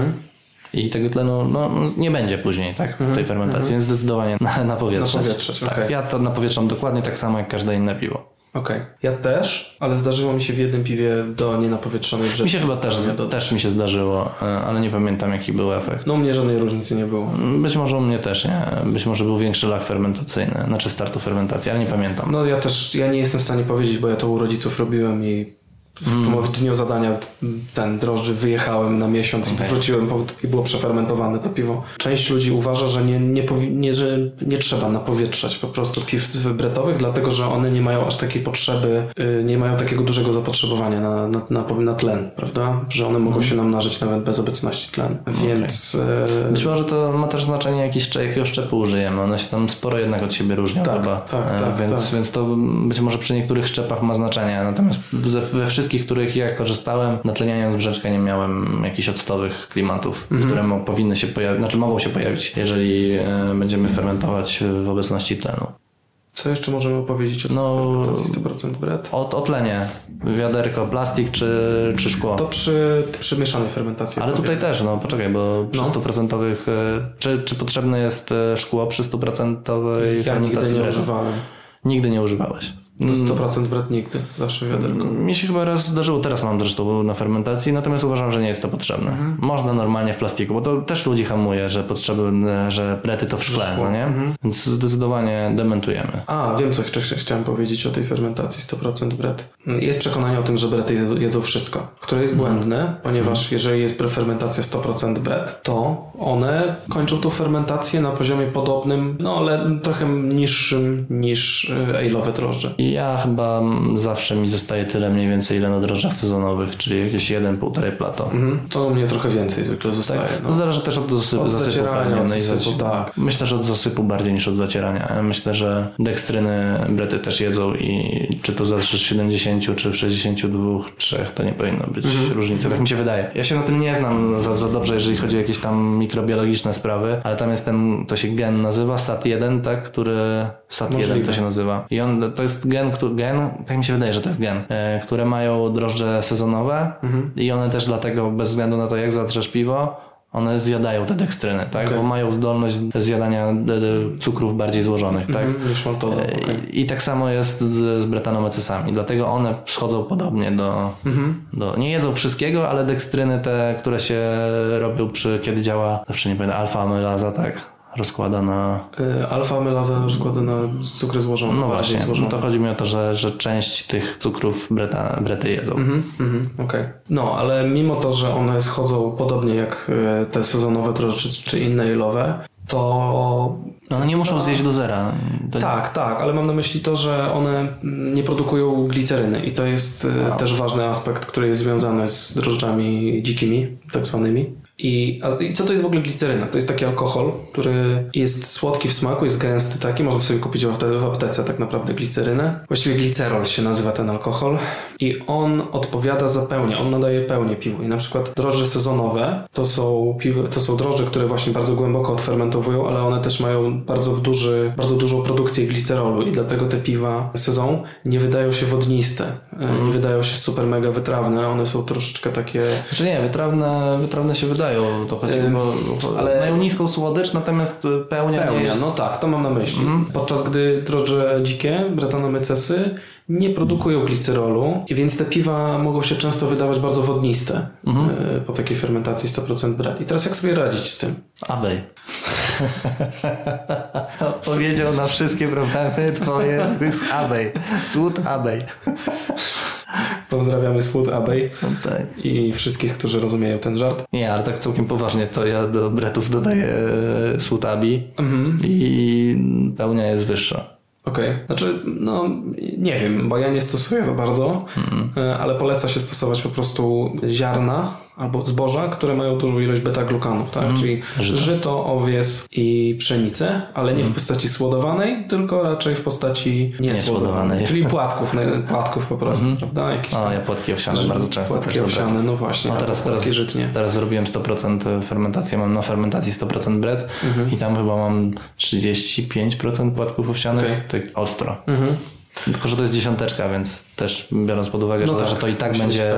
I tego tlenu nie będzie później, tak? Tej fermentacji, więc zdecydowanie napowietrzać. Tak, ja to napowietrzam dokładnie tak samo jak każde inne piwo. Okej. Ja też, ale zdarzyło mi się w jednym piwie do nienapowietrzonej brzeczki. Mi się chyba też mi się zdarzyło, ale nie pamiętam jaki był efekt. No u mnie żadnej różnicy nie było. Być może u mnie też, nie? Być może był większy lag fermentacyjny, znaczy startu fermentacji, ale nie pamiętam. No ja nie jestem w stanie powiedzieć, bo ja to u rodziców robiłem i w dniu zadania drożdży wyjechałem na miesiąc i wróciłem i było przefermentowane to piwo. Część ludzi uważa, że że nie trzeba napowietrzać po prostu piw bretowych, dlatego że one nie mają aż takiej potrzeby, nie mają takiego dużego zapotrzebowania na tlen, prawda? Że one mogą się namnażyć nawet bez obecności tlenu. Więc... Być może to ma też znaczenie jakiego szczepu użyjemy. One się tam sporo jednak od siebie różnią chyba. Więc to być może przy niektórych szczepach ma znaczenie. Natomiast we wszystkich, których ja korzystałem, natleniając brzeczkę nie miałem jakichś octowych klimatów, które powinny się pojawić, znaczy mogą się pojawić, jeżeli będziemy fermentować w obecności tlenu. Co jeszcze możemy powiedzieć o fermentacji 100% bret? O tlenie. Wiaderko, plastik czy szkło? To przy mieszanej fermentacji. Ale tutaj też, poczekaj, bo przy 100%, czy potrzebne jest szkło przy 100% fermentacji? Nigdy nie używałem. Nigdy nie używałeś. 100% bret nigdy, zawsze wiaderko. Mi się chyba raz zdarzyło, teraz mam zresztą na fermentacji, natomiast uważam, że nie jest to potrzebne. Można normalnie w plastiku, bo to też ludzi hamuje, że brety to w szkle, no nie? Więc zdecydowanie dementujemy. Wiem, co jeszcze chciałem powiedzieć o tej fermentacji 100% bret. Jest przekonanie o tym, że brety jedzą wszystko, które jest błędne, ponieważ jeżeli jest fermentacja 100% bret, to one kończą tą fermentację na poziomie podobnym, ale trochę niższym niż ale'owe drożdże. Ja chyba zawsze mi zostaje tyle mniej więcej, ile na drożdżach sezonowych, czyli jakieś 1,5 plato. To u mnie trochę więcej zwykle zostaje. Tak? Zależy też od zasypu. Tak. Myślę, że od zasypu bardziej niż od zacierania. Myślę, że dekstryny brety też jedzą i czy to za 70 czy w 62, 3 to nie powinno być różnicy. Tak mi się wydaje. Ja się na tym nie znam za dobrze, jeżeli chodzi o jakieś tam mikrobiologiczne sprawy, ale tam jest to się gen nazywa SAT1, tak, który SAT1 to się nazywa. I to jest gen, tak mi się wydaje, że to jest gen, które mają drożdże sezonowe i one też dlatego, bez względu na to jak zatrzesz piwo, one zjadają te dekstryny, tak? Bo mają zdolność zjadania cukrów bardziej złożonych, tak? Niż maltoza. I tak samo jest z bretanomycesami, dlatego one schodzą podobnie do... Nie jedzą wszystkiego, ale dekstryny te, które się robią kiedy działa, zawsze nie pamiętam, alfa-amylaza, tak? Rozkłada na... Alfa-amylaza rozkłada na cukry złożone. No właśnie, to chodzi mi o to, że część tych cukrów brety jedzą. Okej. Ale mimo to, że one schodzą podobnie jak te sezonowe drożdże czy inne ale'owe, to... One nie muszą zjeść do zera. Tak, ale mam na myśli to, że one nie produkują gliceryny i to jest też ważny aspekt, który jest związany z drożdżami dzikimi, tak zwanymi. I co to jest w ogóle gliceryna? To jest taki alkohol, który jest słodki w smaku, jest gęsty taki, można sobie kupić w aptece tak naprawdę glicerynę. Właściwie glicerol się nazywa ten alkohol i on odpowiada za pełnię, on nadaje pełnię piwu. I na przykład drożdże sezonowe to są drożdże, które właśnie bardzo głęboko odfermentowują, ale one też mają bardzo dużą produkcję glicerolu i dlatego te piwa sezon nie wydają się wodniste, nie wydają się super mega wytrawne, one są troszeczkę takie... Znaczy nie, wytrawne się wydają, to chodzi, ale mają niską słodycz, natomiast pełnia nie jest... No tak, to mam na myśli. Podczas gdy drożdże dzikie, bretanomycesy, nie produkują glicerolu, więc te piwa mogą się często wydawać bardzo wodniste po takiej fermentacji 100% bret. I teraz jak sobie radzić z tym? Abej. Odpowiedział na wszystkie problemy twoje, to jest Abej. Słód Abej. Pozdrawiamy Słód Abej i wszystkich, którzy rozumieją ten żart. Nie, ale tak całkiem poważnie, to ja do bretów dodaję Słód Abi i pełnia jest wyższa. Okej. Znaczy, no nie wiem, bo ja nie stosuję za bardzo, ale poleca się stosować po prostu ziarna albo zboża, które mają dużą ilość beta-glukanów, tak? Czyli żyto, owies i pszenicę, ale nie w postaci słodowanej, tylko raczej w postaci niesłodowanej. Czyli płatków po prostu, prawda? Ja płatki owsiane bardzo często. Płatki owsiane, no właśnie. No płatki żytnie. Teraz zrobiłem 100% fermentacji, mam na fermentacji 100% bread i tam chyba mam 35% płatków owsianych, tak ostro. Tylko, że to jest 10, więc też biorąc pod uwagę, że to i tak będzie...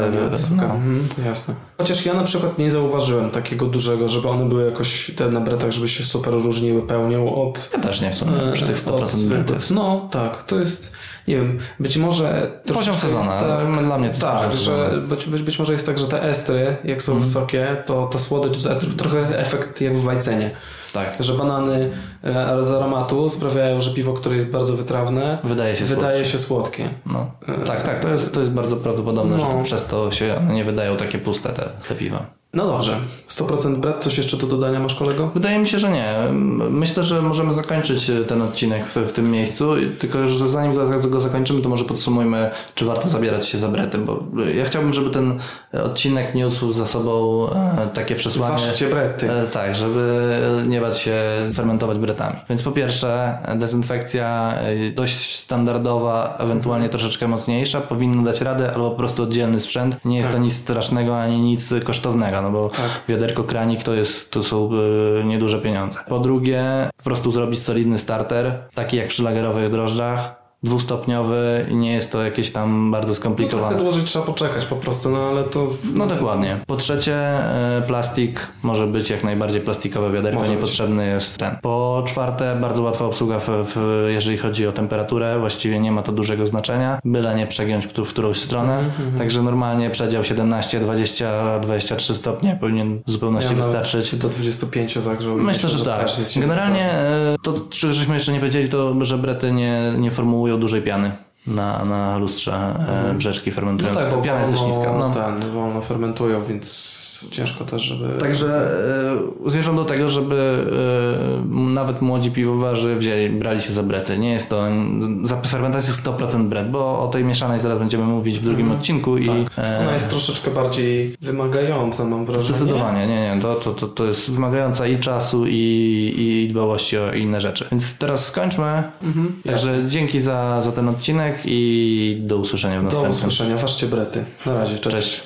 Jasne. Chociaż ja na przykład nie zauważyłem takiego dużego, żeby one były jakoś te na bretach, żeby się super różniły pełnią od... Ja też nie w sumie, przy tych 100% bretach. No tak, to jest... Nie wiem, być może... Poziom sezona, dla mnie to tak, poziom że być może jest tak, że te estry, jak są wysokie, to ta słodycz z estrów trochę efekt jak w wajcenie. Tak. Że banany z aromatu sprawiają, że piwo, które jest bardzo wytrawne, wydaje się słodkie. No. Tak, to jest bardzo prawdopodobne, że przez to się nie wydają takie puste te piwa. No dobrze. 100% bread, coś jeszcze do dodania masz, kolego? Wydaje mi się, że nie. Myślę, że możemy zakończyć ten odcinek w tym miejscu, tylko już zanim go zakończymy, to może podsumujmy, czy warto zabierać się za brety, bo ja chciałbym, żeby ten odcinek niósł za sobą takie przesłanie. Ważcie brety. Tak, żeby nie bać się fermentować bretami. Więc po pierwsze, dezynfekcja dość standardowa, ewentualnie troszeczkę mocniejsza, powinno dać radę, albo po prostu oddzielny sprzęt. Nie jest to nic strasznego, ani nic kosztownego. No bo wiaderko, kranik to są nieduże pieniądze. Po drugie, po prostu zrobić solidny starter, taki jak przy lagerowych drożdżach, 2-stopniowy i nie jest to jakieś tam bardzo skomplikowane. No trochę dłużej trzeba poczekać po prostu, no ale to... No dokładnie. Po trzecie, plastik, może być jak najbardziej plastikowe wiaderko, niepotrzebny jest ten. Po czwarte, bardzo łatwa obsługa jeżeli chodzi o temperaturę, właściwie nie ma to dużego znaczenia, byle nie przegiąć w którąś stronę, także normalnie przedział 17, 20, 23 stopnie powinien w zupełności wystarczyć. Do 25 zagrzał. Myślę, że tak. Generalnie to, żeśmy jeszcze nie powiedzieli, to że brety nie formułują dużej piany na lustrze brzeczki fermentujące. No tak, bo piana jest dość niska. Wolno fermentują, więc ciężko też, żeby... Także zmierzam do tego, żeby nawet młodzi piwowarzy brali się za brety. Nie jest to za fermentację 100% bret, bo o tej mieszanej zaraz będziemy mówić w drugim odcinku. I ona jest troszeczkę bardziej wymagająca, mam wrażenie. Zdecydowanie, nie. To jest wymagająca i czasu, i dbałości o inne rzeczy. Więc teraz skończmy. Także dzięki za ten odcinek i do usłyszenia w następnym. Do usłyszenia. Ważcie brety. Na razie. Cześć.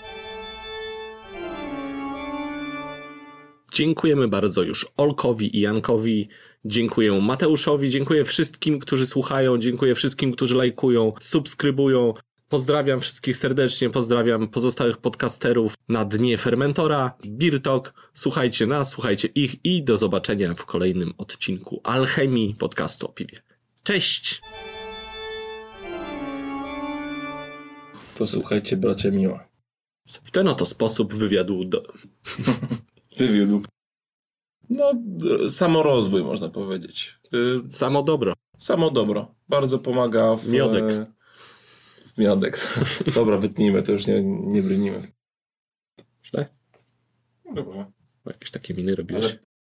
Dziękujemy bardzo już Olkowi i Jankowi, dziękuję Mateuszowi, dziękuję wszystkim, którzy słuchają, dziękuję wszystkim, którzy lajkują, subskrybują. Pozdrawiam wszystkich serdecznie, pozdrawiam pozostałych podcasterów na dnie Fermentora, Beer Talk. Słuchajcie nas, słuchajcie ich i do zobaczenia w kolejnym odcinku Alchemii, podcastu o piwie. Cześć! To słuchajcie, bracia miła. W ten oto sposób wywiadu Wywiódł. No, samorozwój można powiedzieć. Samo dobro. Samo dobro. Bardzo pomaga w miodek. W miodek. Dobra, wytnijmy, to już nie brnijmy. Źle? Dobrze. Jakieś takie miny robiłeś.